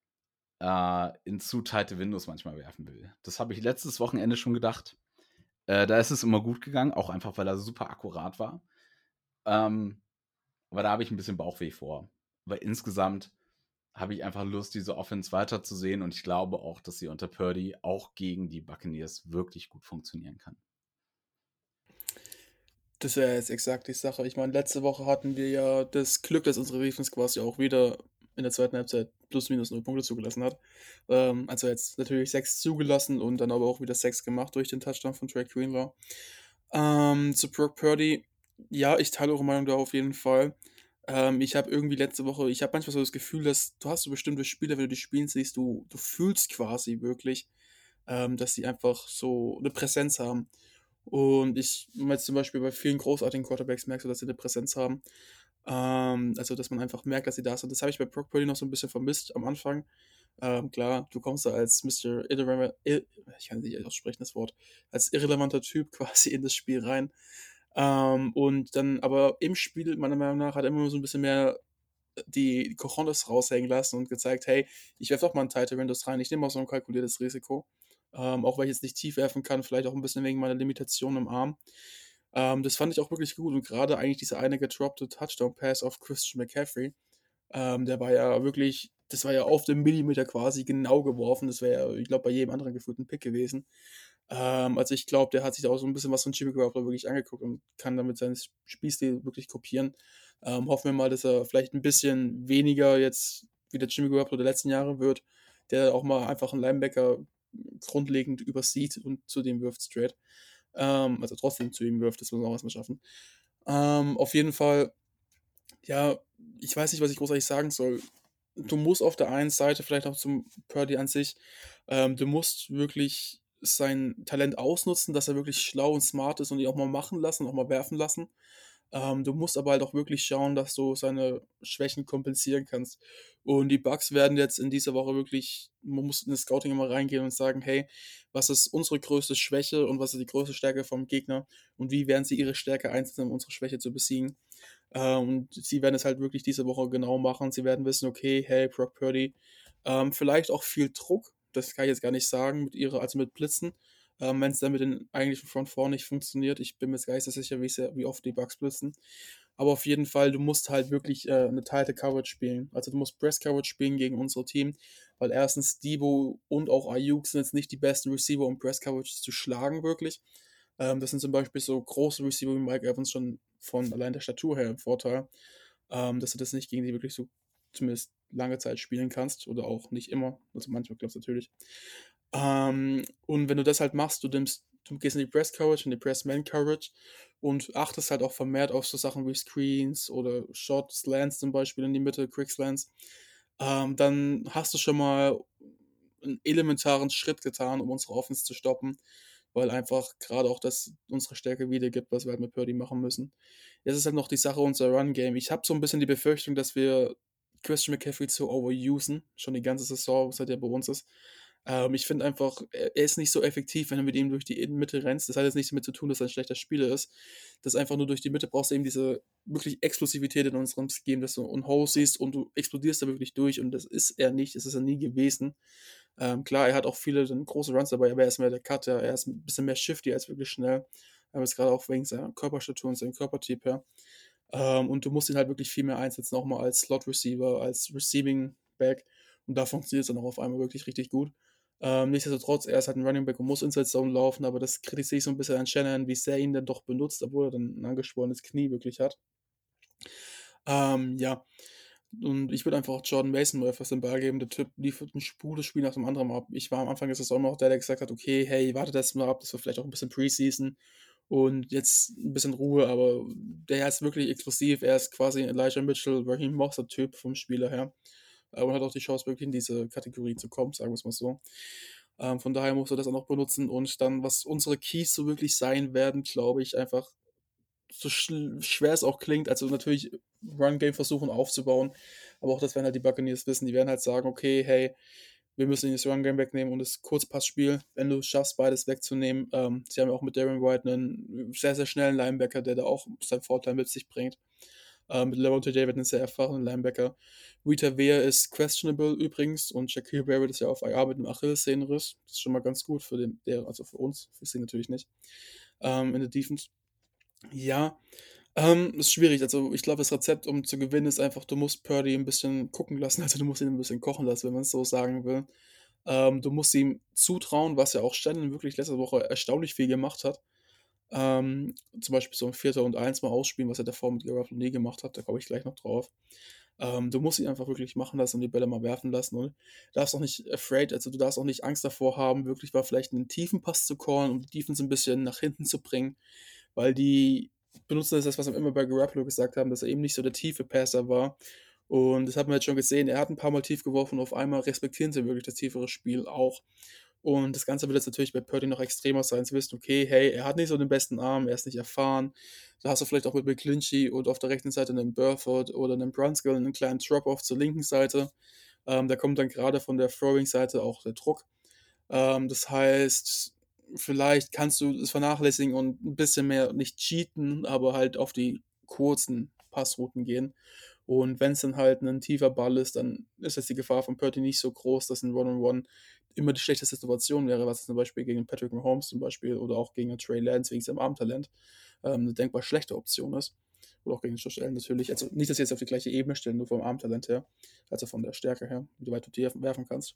äh, in zu tighte Windows manchmal werfen will. Das habe ich letztes Wochenende schon gedacht. Äh, da ist es immer gut gegangen, auch einfach, weil er super akkurat war. Ähm, aber da habe ich ein bisschen Bauchweh vor. Aber insgesamt habe ich einfach Lust, diese Offense weiterzusehen und ich glaube auch, dass sie unter Purdy auch gegen die Buccaneers wirklich gut funktionieren kann. Das wäre jetzt exakt die Sache. Ich meine, letzte Woche hatten wir ja das Glück, dass unsere Defense quasi auch wieder in der zweiten Halbzeit plus minus null Punkte zugelassen hat. Ähm, also jetzt natürlich sechs zugelassen und dann aber auch wieder sechs gemacht durch den Touchdown von Trey Greenlaw. Ähm, zu Brock Purdy, ja, ich teile eure Meinung da auf jeden Fall. Ähm, ich habe irgendwie letzte Woche, ich habe manchmal so das Gefühl, dass du hast so bestimmte Spieler, wenn du die spielen siehst, du, du fühlst quasi wirklich, ähm, dass sie einfach so eine Präsenz haben. Und ich, jetzt zum Beispiel bei vielen großartigen Quarterbacks merkst du, dass sie eine Präsenz haben. Ähm, also, dass man einfach merkt, dass sie da sind. Das habe ich bei Brock Purdy noch so ein bisschen vermisst am Anfang. Ähm, klar, du kommst da als Mister Irrelevant, ich kann nicht aussprechen das Wort, als irrelevanter Typ quasi in das Spiel rein. Ähm, und dann aber im Spiel, meiner Meinung nach, hat er immer so ein bisschen mehr die Cojones raushängen lassen und gezeigt, hey, ich werfe doch mal einen Tighter Windows rein, ich nehme auch so ein kalkuliertes Risiko. Ähm, auch weil ich jetzt nicht tief werfen kann, vielleicht auch ein bisschen wegen meiner Limitation im Arm. Ähm, das fand ich auch wirklich gut und gerade eigentlich dieser eine gedroppte Touchdown-Pass auf Christian McCaffrey, ähm, der war ja wirklich, das war ja auf den Millimeter quasi genau geworfen. Das wäre ja, ich glaube, bei jedem anderen gefühlt ein Pick gewesen. Ähm, also ich glaube, der hat sich da auch so ein bisschen was von Jimmy Garoppolo wirklich angeguckt und kann damit seinen Spielstil wirklich kopieren. Ähm, hoffen wir mal, dass er vielleicht ein bisschen weniger jetzt wie der Jimmy Garoppolo der letzten Jahre wird, der auch mal einfach einen Linebacker grundlegend übersieht und zu dem wirft straight. Ähm, also trotzdem zu ihm wirft, das muss man auch erstmal schaffen. Ähm, auf jeden Fall, ja, ich weiß nicht, was ich großartig sagen soll. Du musst auf der einen Seite, vielleicht auch zum Purdy an sich, ähm, du musst wirklich sein Talent ausnutzen, dass er wirklich schlau und smart ist und ihn auch mal machen lassen, auch mal werfen lassen. Ähm, du musst aber halt auch wirklich schauen, dass du seine Schwächen kompensieren kannst. Und die Bucks werden jetzt in dieser Woche wirklich, man muss in das Scouting immer reingehen und sagen, hey, was ist unsere größte Schwäche und was ist die größte Stärke vom Gegner und wie werden sie ihre Stärke einsetzen, um unsere Schwäche zu besiegen. Ähm, und sie werden es halt wirklich diese Woche genau machen. Sie werden wissen, okay, hey, Brock Purdy, ähm, vielleicht auch viel Druck, das kann ich jetzt gar nicht sagen, mit ihrer, also mit Blitzen, ähm, wenn es dann mit den eigentlichen Front Four nicht funktioniert. Ich bin mir jetzt gar nicht so sicher, wie, sehr, wie oft die Bucks blitzen. Aber auf jeden Fall, du musst halt wirklich äh, eine teilte Coverage spielen. Also du musst Press Coverage spielen gegen unsere Team, weil erstens Debo und auch Ayuk sind jetzt nicht die besten Receiver, um Press Coverage zu schlagen, wirklich. Ähm, das sind zum Beispiel so große Receiver wie Mike Evans schon von allein der Statur her im Vorteil, ähm, dass du das nicht gegen die wirklich so zumindest lange Zeit spielen kannst oder auch nicht immer, also manchmal klappt es natürlich. Ähm, und wenn du das halt machst, du nimmst, du gehst in die Press Coverage, in die Press Man Coverage und achtest halt auch vermehrt auf so Sachen wie Screens oder Short Slants zum Beispiel in die Mitte, Quick Slants, ähm, dann hast du schon mal einen elementaren Schritt getan, um unsere Offense zu stoppen, weil einfach gerade auch das unsere Stärke wiedergibt, was wir halt mit Purdy machen müssen. Jetzt ist halt noch die Sache unser Run-Game. Ich habe so ein bisschen die Befürchtung, dass wir Christian McCaffrey zu overusen, schon die ganze Saison, seit er bei uns ist. Ähm, ich finde einfach, er er ist nicht so effektiv, wenn du mit ihm durch die Mitte rennst. Das hat jetzt nichts damit zu tun, dass er ein schlechter Spieler ist. Das ist einfach nur durch die Mitte brauchst du eben diese wirklich Explosivität in unserem Scheme, dass du einen Hole siehst und du explodierst da wirklich durch und das ist er nicht, das ist er nie gewesen. Ähm, klar, er hat auch viele dann große Runs dabei, aber er ist mehr der Cutter, er ist ein bisschen mehr shifty als wirklich schnell. Aber jetzt gerade auch wegen seiner Körperstatur und seinem Körpertyp her. Ähm, und du musst ihn halt wirklich viel mehr einsetzen, auch mal als Slot-Receiver, als Receiving Back. Und da funktioniert es dann auch auf einmal wirklich richtig gut. Ähm, nichtsdestotrotz, er ist halt ein Running Back und muss Inside Zone laufen, aber das kritisiere ich so ein bisschen an Shanahan, wie sehr ihn dann doch benutzt, obwohl er dann ein angeschwollenes Knie wirklich hat. Ähm, ja, und ich würde einfach auch Jordan Mason mal öfters den Ball geben. Der Typ liefert ein gutes Spiel nach dem anderen ab. Ich war am Anfang der Saison noch der, der gesagt hat, okay, hey, wartet das mal ab, das wird vielleicht auch ein bisschen Preseason und jetzt ein bisschen Ruhe, aber der ist wirklich explosiv. Er ist quasi ein Elijah Mitchell, Raheem Mostert-Typ vom Spieler her. Äh, Und hat auch die Chance, wirklich in diese Kategorie zu kommen, sagen wir es mal so. Ähm, von daher musst du das auch noch benutzen und dann, was unsere Keys so wirklich sein werden, glaube ich, einfach so schl- schwer es auch klingt, also natürlich Run-Game versuchen aufzubauen, aber auch das werden halt die Buccaneers wissen, die werden halt sagen, okay, hey, wir müssen das Run-Game wegnehmen und das Kurzpassspiel, wenn du es schaffst, beides wegzunehmen. Ähm, sie haben ja auch mit Darren White einen sehr, sehr schnellen Linebacker, der da auch seinen Vorteil mit sich bringt. Ähm, mit Lavonte David einen sehr erfahrenen Linebacker. Rita Wea ist questionable übrigens und Shaquille Barrett ist ja auf I R mit einem Achillessehnenriss. Das ist schon mal ganz gut für den, der, also für uns, für sie natürlich nicht. Ähm, in der Defense. Ja, ähm, ist schwierig. Also, ich glaube, das Rezept, um zu gewinnen, ist einfach, du musst Purdy ein bisschen gucken lassen. Also, du musst ihn ein bisschen kochen lassen, wenn man es so sagen will. Ähm, du musst ihm zutrauen, was ja auch Shannon wirklich letzte Woche erstaunlich viel gemacht hat. Ähm, zum Beispiel so ein Vierter und Eins mal ausspielen, was er davor mit Garoppolo nie gemacht hat. Da komme ich gleich noch drauf. Ähm, du musst ihn einfach wirklich machen lassen und die Bälle mal werfen lassen. Und du darfst auch nicht afraid, also du darfst auch nicht Angst davor haben, wirklich mal vielleicht einen tiefen Pass zu callen, um die Defense ein bisschen nach hinten zu bringen, weil die benutzen das, was wir immer bei Garoppolo gesagt haben, dass er eben nicht so der tiefe Passer war. Und das hat man jetzt schon gesehen. Er hat ein paar Mal tief geworfen und auf einmal respektieren sie wirklich das tiefere Spiel auch. Und das Ganze wird jetzt natürlich bei Purdy noch extremer sein. Sie wissen, okay, hey, er hat nicht so den besten Arm, er ist nicht erfahren. Da hast du vielleicht auch mit McClinchy und auf der rechten Seite einen Burford oder einen Brunskill einen kleinen Drop-Off zur linken Seite. Ähm, da kommt dann gerade von der Throwing-Seite auch der Druck. Ähm, das heißt, vielleicht kannst du es vernachlässigen und ein bisschen mehr nicht cheaten, aber halt auf die kurzen Passrouten gehen. Und wenn es dann halt ein tiefer Ball ist, dann ist jetzt die Gefahr von Purdy nicht so groß, dass ein One-on-One immer die schlechteste Situation wäre, was zum Beispiel gegen Patrick Mahomes zum Beispiel oder auch gegen Trey Lance wegen seinem Armtalent ähm, eine denkbar schlechte Option ist. Oder auch gegen Josh Allen natürlich. Also nicht, dass sie jetzt auf die gleiche Ebene stellen, nur vom Armtalent her, also von der Stärke her, wie weit du die werfen kannst.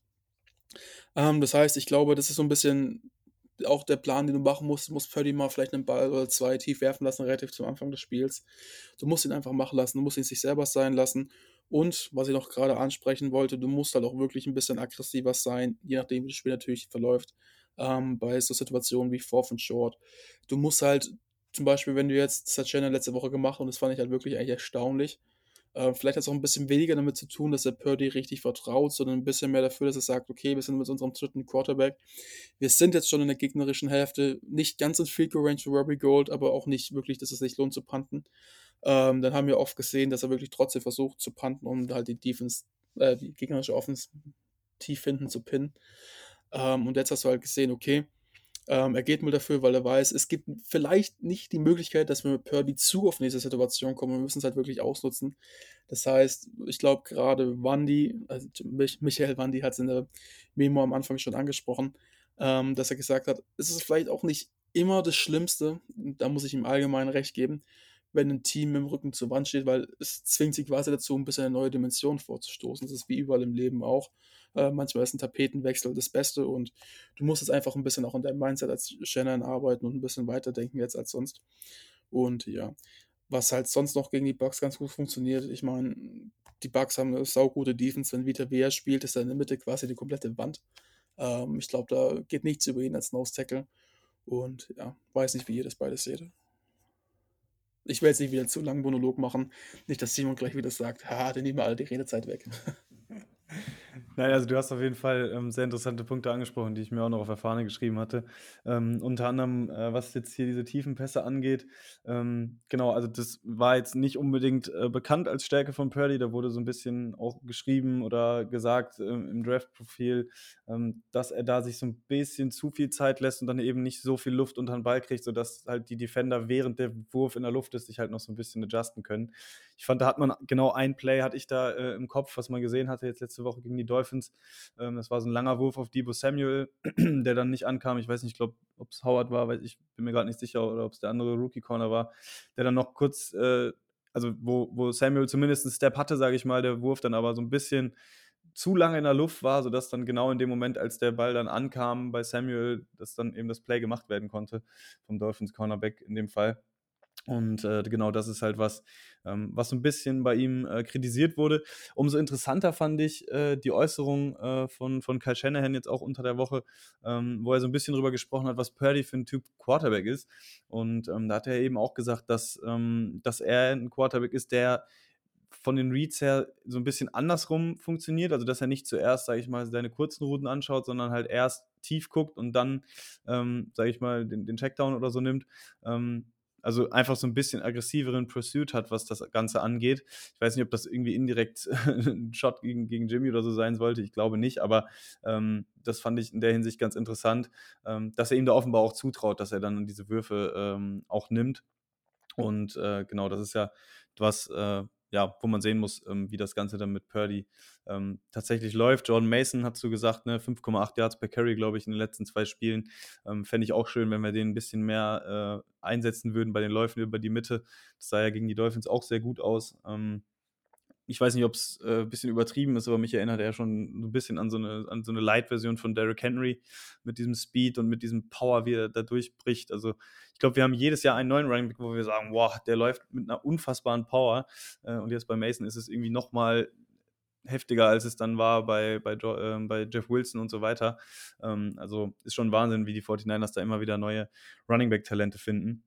Ähm, das heißt, ich glaube, das ist so ein bisschen auch der Plan, den du machen musst. Du musst Purdy mal vielleicht einen Ball oder zwei tief werfen lassen, relativ zum Anfang des Spiels. Du musst ihn einfach machen lassen, du musst ihn sich selber sein lassen. Und, was ich noch gerade ansprechen wollte, du musst halt auch wirklich ein bisschen aggressiver sein, je nachdem, wie das Spiel natürlich verläuft, ähm, bei so Situationen wie Fourth and Short. Du musst halt, zum Beispiel, wenn du jetzt, das hat Shannon letzte Woche gemacht und das fand ich halt wirklich eigentlich erstaunlich, äh, vielleicht hat es auch ein bisschen weniger damit zu tun, dass er Purdy richtig vertraut, sondern ein bisschen mehr dafür, dass er sagt, okay, wir sind mit unserem dritten Quarterback. Wir sind jetzt schon in der gegnerischen Hälfte, nicht ganz in Field Goal Range für Robbie Gold, aber auch nicht wirklich, dass es sich lohnt zu punten. Ähm, dann haben wir oft gesehen, dass er wirklich trotzdem versucht zu punten, um halt die Defense, äh, die gegnerische Offense tief hinten zu pinnen. Ähm, und jetzt hast du halt gesehen, okay, ähm, er geht mal dafür, weil er weiß, es gibt vielleicht nicht die Möglichkeit, dass wir mit Purdy zu oft in diese Situation kommen. Wir müssen es halt wirklich ausnutzen. Das heißt, ich glaube gerade Wandy, also Mich Michael Wandy hat es in der Memo am Anfang schon angesprochen, ähm, dass er gesagt hat, es ist vielleicht auch nicht immer das Schlimmste, da muss ich ihm allgemein recht geben, wenn ein Team mit dem Rücken zur Wand steht, weil es zwingt sie quasi dazu, ein bisschen eine neue Dimension vorzustoßen. Das ist wie überall im Leben auch. Äh, manchmal ist ein Tapetenwechsel das Beste und du musst jetzt einfach ein bisschen auch in deinem Mindset als Shannon arbeiten und ein bisschen weiterdenken jetzt als sonst. Und ja, was halt sonst noch gegen die Bucks ganz gut funktioniert, ich meine, die Bucks haben eine saugute Defense, wenn Vita Vea spielt, ist da in der Mitte quasi die komplette Wand. Ähm, ich glaube, da geht nichts über ihn als Nose Tackle. Und ja, weiß nicht, wie ihr das beides seht. Ich will jetzt nicht wieder zu langen Monolog machen. Nicht, dass Simon gleich wieder sagt, haha, dann nehmen wir alle die Redezeit weg. Nein, also du hast auf jeden Fall ähm, sehr interessante Punkte angesprochen, die ich mir auch noch auf der Fahne geschrieben hatte. Ähm, unter anderem, äh, was jetzt hier diese tiefen Pässe angeht. Ähm, genau, also das war jetzt nicht unbedingt äh, bekannt als Stärke von Purdy. Da wurde so ein bisschen auch geschrieben oder gesagt ähm, im Draft-Profil, ähm, dass er da sich so ein bisschen zu viel Zeit lässt und dann eben nicht so viel Luft unter den Ball kriegt, sodass halt die Defender, während der Wurf in der Luft ist, sich halt noch so ein bisschen adjusten können. Ich fand, da hat man genau ein Play, hatte ich da äh, im Kopf, was man gesehen hatte jetzt letzte Woche gegen die Dolphins. Ähm, das war so ein langer Wurf auf Deebo Samuel, der dann nicht ankam. Ich weiß nicht, ich glaube, ob es Howard war, weil ich bin mir gerade nicht sicher, oder ob es der andere Rookie-Corner war, der dann noch kurz, äh, also wo, wo Samuel zumindest einen Step hatte, sage ich mal, der Wurf dann aber so ein bisschen zu lange in der Luft war, sodass dann genau in dem Moment, als der Ball dann ankam bei Samuel, dass dann eben das Play gemacht werden konnte vom Dolphins Cornerback in dem Fall. Und äh, genau das ist halt was, ähm, was so ein bisschen bei ihm äh, kritisiert wurde. Umso interessanter fand ich äh, die Äußerung äh, von, von Kyle Shanahan jetzt auch unter der Woche, ähm, wo er so ein bisschen drüber gesprochen hat, was Purdy für ein Typ Quarterback ist. Und ähm, da hat er eben auch gesagt, dass, ähm, dass er ein Quarterback ist, der von den Reads her so ein bisschen andersrum funktioniert. Also, dass er nicht zuerst, sage ich mal, seine kurzen Routen anschaut, sondern halt erst tief guckt und dann, ähm, sage ich mal, den, den Checkdown oder so nimmt. Ähm, also einfach so ein bisschen aggressiveren Pursuit hat, was das Ganze angeht. Ich weiß nicht, ob das irgendwie indirekt ein Shot gegen, gegen Jimmy oder so sein sollte. Ich glaube nicht, aber ähm, das fand ich in der Hinsicht ganz interessant, ähm, dass er ihm da offenbar auch zutraut, dass er dann diese Würfe ähm, auch nimmt. Und äh, genau, das ist ja was, äh, ja, wo man sehen muss, ähm, wie das Ganze dann mit Purdy ähm, tatsächlich läuft. Jordan Mason hat so gesagt, ne, fünf Komma acht Yards per Carry, glaube ich, in den letzten zwei Spielen. Ähm, Fände ich auch schön, wenn wir den ein bisschen mehr äh, einsetzen würden bei den Läufen über die Mitte. Das sah ja gegen die Dolphins auch sehr gut aus. Ähm, ich weiß nicht, ob es äh, ein bisschen übertrieben ist, aber mich erinnert er schon so ein bisschen an so eine, an so eine Light-Version von Derrick Henry mit diesem Speed und mit diesem Power, wie er da durchbricht. Also ich glaube, wir haben jedes Jahr einen neuen Running Back, wo wir sagen, wow, der läuft mit einer unfassbaren Power. Äh, und jetzt bei Mason ist es irgendwie noch mal heftiger, als es dann war bei, bei, jo äh, bei Jeff Wilson und so weiter. Ähm, also ist schon Wahnsinn, wie die forty-niners da immer wieder neue Running Back-Talente finden.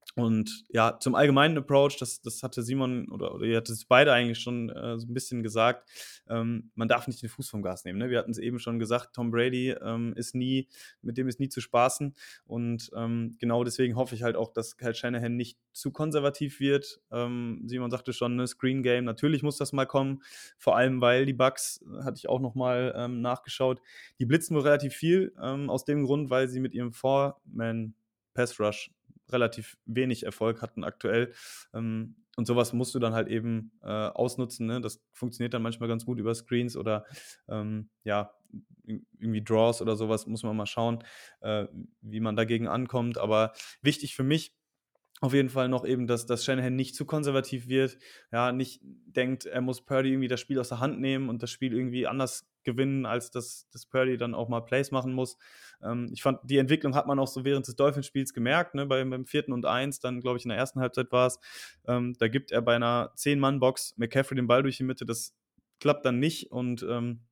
Und ja, zum allgemeinen Approach, das, das hatte Simon oder, oder ihr hattet es beide eigentlich schon äh, so ein bisschen gesagt, ähm, man darf nicht den Fuß vom Gas nehmen. Ne? Wir hatten es eben schon gesagt, Tom Brady ähm, ist nie, mit dem ist nie zu spaßen. Und ähm, genau deswegen hoffe ich halt auch, dass Kyle Shanahan nicht zu konservativ wird. Ähm, Simon sagte schon, ne, Screen Game, natürlich muss das mal kommen, vor allem weil die Bucks, hatte ich auch nochmal ähm, nachgeschaut, die blitzen wohl relativ viel, ähm, aus dem Grund, weil sie mit ihrem Four-Man Pass Rush relativ wenig Erfolg hatten aktuell. Ähm, und sowas musst du dann halt eben äh, ausnutzen. Ne? Das funktioniert dann manchmal ganz gut über Screens oder ähm, ja, irgendwie Draws oder sowas, muss man mal schauen, äh, wie man dagegen ankommt. Aber wichtig für mich auf jeden Fall noch eben, dass, dass Shanahan nicht zu konservativ wird, ja, nicht denkt, er muss Purdy irgendwie das Spiel aus der Hand nehmen und das Spiel irgendwie anders gewinnen, als dass, dass Purdy dann auch mal Plays machen muss. Ähm, ich fand, die Entwicklung hat man auch so während des Dolphins-Spiels gemerkt, ne, beim, beim vierten und eins, dann glaube ich in der ersten Halbzeit war es, ähm, da gibt er bei einer zehn Mann Box McCaffrey den Ball durch die Mitte, das klappt dann nicht und ähm,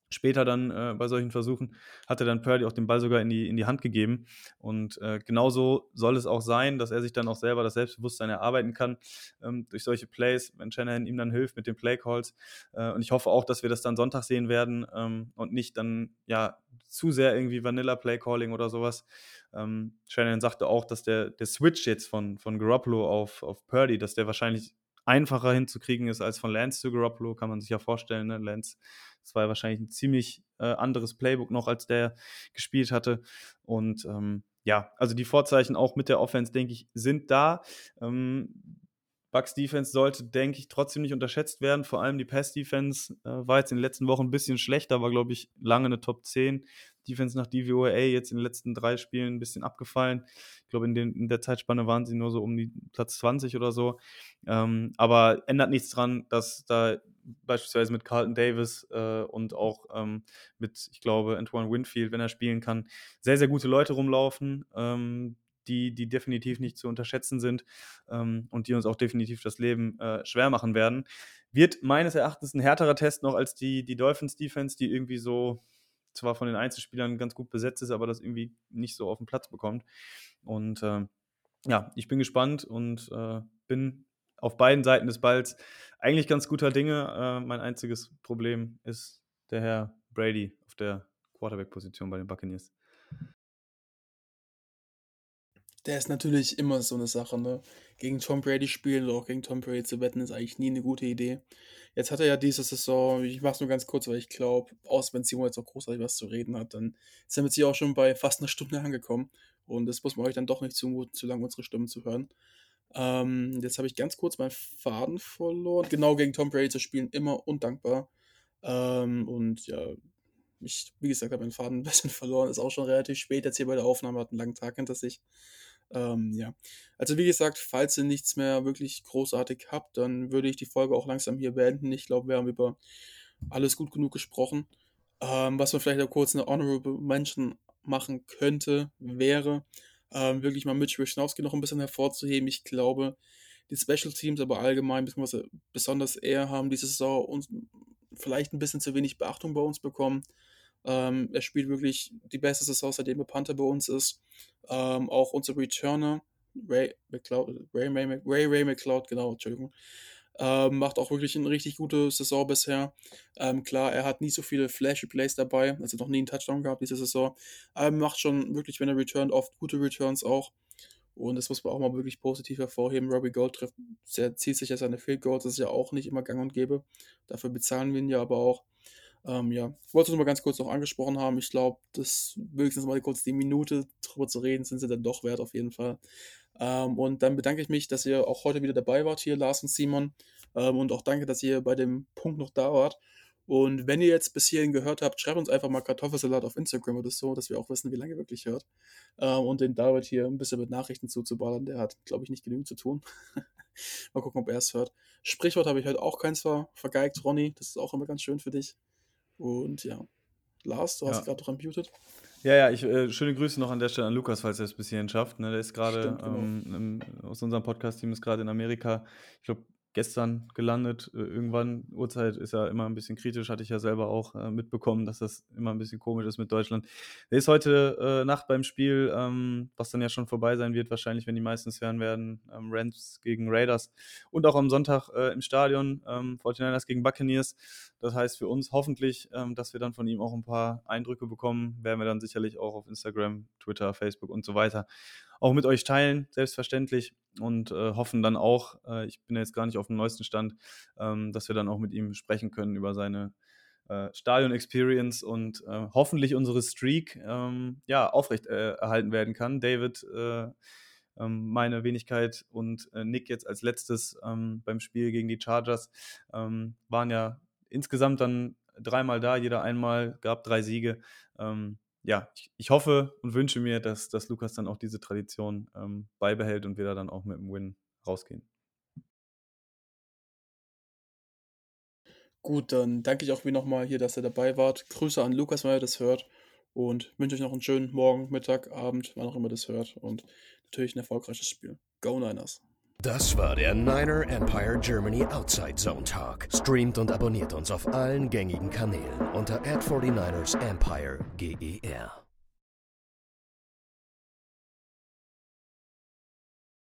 Später dann äh, bei solchen Versuchen hatte dann Purdy auch den Ball sogar in die, in die Hand gegeben. Und äh, genauso soll es auch sein, dass er sich dann auch selber das Selbstbewusstsein erarbeiten kann ähm, durch solche Plays, wenn Shanahan ihm dann hilft mit den Playcalls. Äh, und ich hoffe auch, dass wir das dann Sonntag sehen werden ähm, und nicht dann ja zu sehr irgendwie Vanilla-Playcalling oder sowas. Ähm, Shanahan sagte auch, dass der, der Switch jetzt von, von Garoppolo auf, auf Purdy, dass der wahrscheinlich einfacher hinzukriegen ist als von Lance zu Garoppolo, kann man sich ja vorstellen. Ne? Lance, das war ja wahrscheinlich ein ziemlich äh, anderes Playbook noch, als der gespielt hatte. Und ähm, ja, also die Vorzeichen auch mit der Offense, denke ich, sind da. Ähm, Bucks Defense sollte, denke ich, trotzdem nicht unterschätzt werden. Vor allem die Pass-Defense äh, war jetzt in den letzten Wochen ein bisschen schlechter, war, glaube ich, lange eine Top zehn. Defense nach D V O A jetzt in den letzten drei Spielen ein bisschen abgefallen. Ich glaube, in, den, in der Zeitspanne waren sie nur so um die Platz zwanzig oder so. Ähm, aber ändert nichts dran, dass da beispielsweise mit Carlton Davis äh, und auch ähm, mit, ich glaube, Antoine Winfield, wenn er spielen kann, sehr, sehr gute Leute rumlaufen, ähm, die, die definitiv nicht zu unterschätzen sind ähm, und die uns auch definitiv das Leben äh, schwer machen werden. Wird meines Erachtens ein härterer Test noch als die, die Dolphins-Defense, die irgendwie so zwar von den Einzelspielern ganz gut besetzt ist, aber das irgendwie nicht so auf den Platz bekommt. Und äh, ja, ich bin gespannt und äh, bin auf beiden Seiten des Balls eigentlich ganz guter Dinge. Äh, mein einziges Problem ist der Herr Brady auf der Quarterback-Position bei den Buccaneers. Der ist natürlich immer so eine Sache, ne? Gegen Tom Brady spielen oder auch gegen Tom Brady zu wetten, ist eigentlich nie eine gute Idee. Jetzt hat er ja diese Saison, ich mach's nur ganz kurz, weil ich glaube, aus wenn Simon jetzt auch großartig was zu reden hat, dann ist er mit sich auch schon bei fast einer Stunde angekommen. Und das muss man euch dann doch nicht zumuten, zu lange unsere Stimmen zu hören. Ähm, jetzt habe ich ganz kurz meinen Faden verloren. Genau, gegen Tom Brady zu spielen, immer undankbar. Ähm, und ja, ich, wie gesagt, habe meinen Faden ein bisschen verloren. Ist auch schon relativ spät jetzt hier bei der Aufnahme, hat einen langen Tag hinter sich. Ähm, ja. Also wie gesagt, falls ihr nichts mehr wirklich großartig habt, dann würde ich die Folge auch langsam hier beenden. Ich glaube, wir haben über alles gut genug gesprochen. Ähm, was man vielleicht auch kurz eine Honorable Mention machen könnte, wäre ähm, wirklich mal Mitch Wishnowsky noch ein bisschen hervorzuheben. Ich glaube, die Special Teams, aber allgemein, beziehungsweise besonders er, haben diese Saison uns vielleicht ein bisschen zu wenig Beachtung bei uns bekommen. Ähm, er spielt wirklich die beste Saison, seitdem er Panther bei uns ist. Ähm, auch unser Returner, Ray McLeod, Ray, Ray, Ray, Ray McLeod, genau, Entschuldigung, ähm, macht auch wirklich eine richtig gute Saison bisher. Ähm, klar, er hat nie so viele flashy Plays dabei, also noch nie einen Touchdown gehabt diese Saison. Aber er macht schon wirklich, wenn er returnt, oft gute Returns auch. Und das muss man auch mal wirklich positiv hervorheben. Robbie Gold trifft, sehr, zieht sich ja seine Field Goals, das ist ja auch nicht immer gang und gäbe. Dafür bezahlen wir ihn ja aber auch. Ähm, ja, ich wollte es nur mal ganz kurz noch angesprochen haben. Ich glaube, das wenigstens mal kurz die Minute drüber zu reden, sind sie dann doch wert auf jeden Fall. Ähm, und dann bedanke ich mich, dass ihr auch heute wieder dabei wart hier, Lars und Simon. Ähm, und auch danke, dass ihr bei dem Punkt noch da wart. Und wenn ihr jetzt bis hierhin gehört habt, schreibt uns einfach mal Kartoffelsalat auf Instagram oder so, dass wir auch wissen, wie lange ihr wirklich hört. Ähm, und den David hier ein bisschen mit Nachrichten zuzuballern, der hat, glaube ich, nicht genügend zu tun. Mal gucken, ob er es hört. Sprichwort habe ich heute auch keins ver vergeigt, Ronny. Das ist auch immer ganz schön für dich. Und ja, Lars, du hast Ja. dich gerade noch unmuted. Ja, ja, ich, äh, schöne Grüße noch an der Stelle an Lukas, falls er es bis hierhin schafft. Ne, der ist gerade Stimmt, genau. ähm, im- aus unserem Podcast-Team ist gerade in Amerika, ich glaube, gestern gelandet. Äh, irgendwann, Uhrzeit ist ja immer ein bisschen kritisch, hatte ich ja selber auch äh, mitbekommen, dass das immer ein bisschen komisch ist mit Deutschland. Der ist heute äh, Nacht beim Spiel, ähm, was dann ja schon vorbei sein wird, wahrscheinlich, wenn die meisten es hören werden, ähm, Rams gegen Raiders und auch am Sonntag äh, im Stadion, ähm, forty-niners gegen Buccaneers. Das heißt für uns hoffentlich, ähm, dass wir dann von ihm auch ein paar Eindrücke bekommen, werden wir dann sicherlich auch auf Instagram, Twitter, Facebook und so weiter auch mit euch teilen, selbstverständlich, und äh, hoffen dann auch, äh, ich bin jetzt gar nicht auf dem neuesten Stand, ähm, dass wir dann auch mit ihm sprechen können über seine äh, Stadion-Experience und äh, hoffentlich unsere Streak ähm, ja, aufrecht äh, erhalten werden kann. David, äh, ähm, meine Wenigkeit und äh, Nick jetzt als letztes ähm, beim Spiel gegen die Chargers ähm, waren ja insgesamt dann dreimal da, jeder einmal, gab drei Siege. Ähm, ja, ich, ich hoffe und wünsche mir, dass, dass Lukas dann auch diese Tradition ähm, beibehält und wir da dann auch mit dem Win rausgehen. Gut, dann danke ich auch wieder nochmal hier, dass ihr dabei wart. Grüße an Lukas, wenn ihr das hört. Und wünsche euch noch einen schönen Morgen, Mittag, Abend, wann auch immer das hört. Und natürlich ein erfolgreiches Spiel. Go Niners! Das war der Niner Empire Germany Outside Zone Talk. Streamt und abonniert uns auf allen gängigen Kanälen unter at forty-niners empire G E R.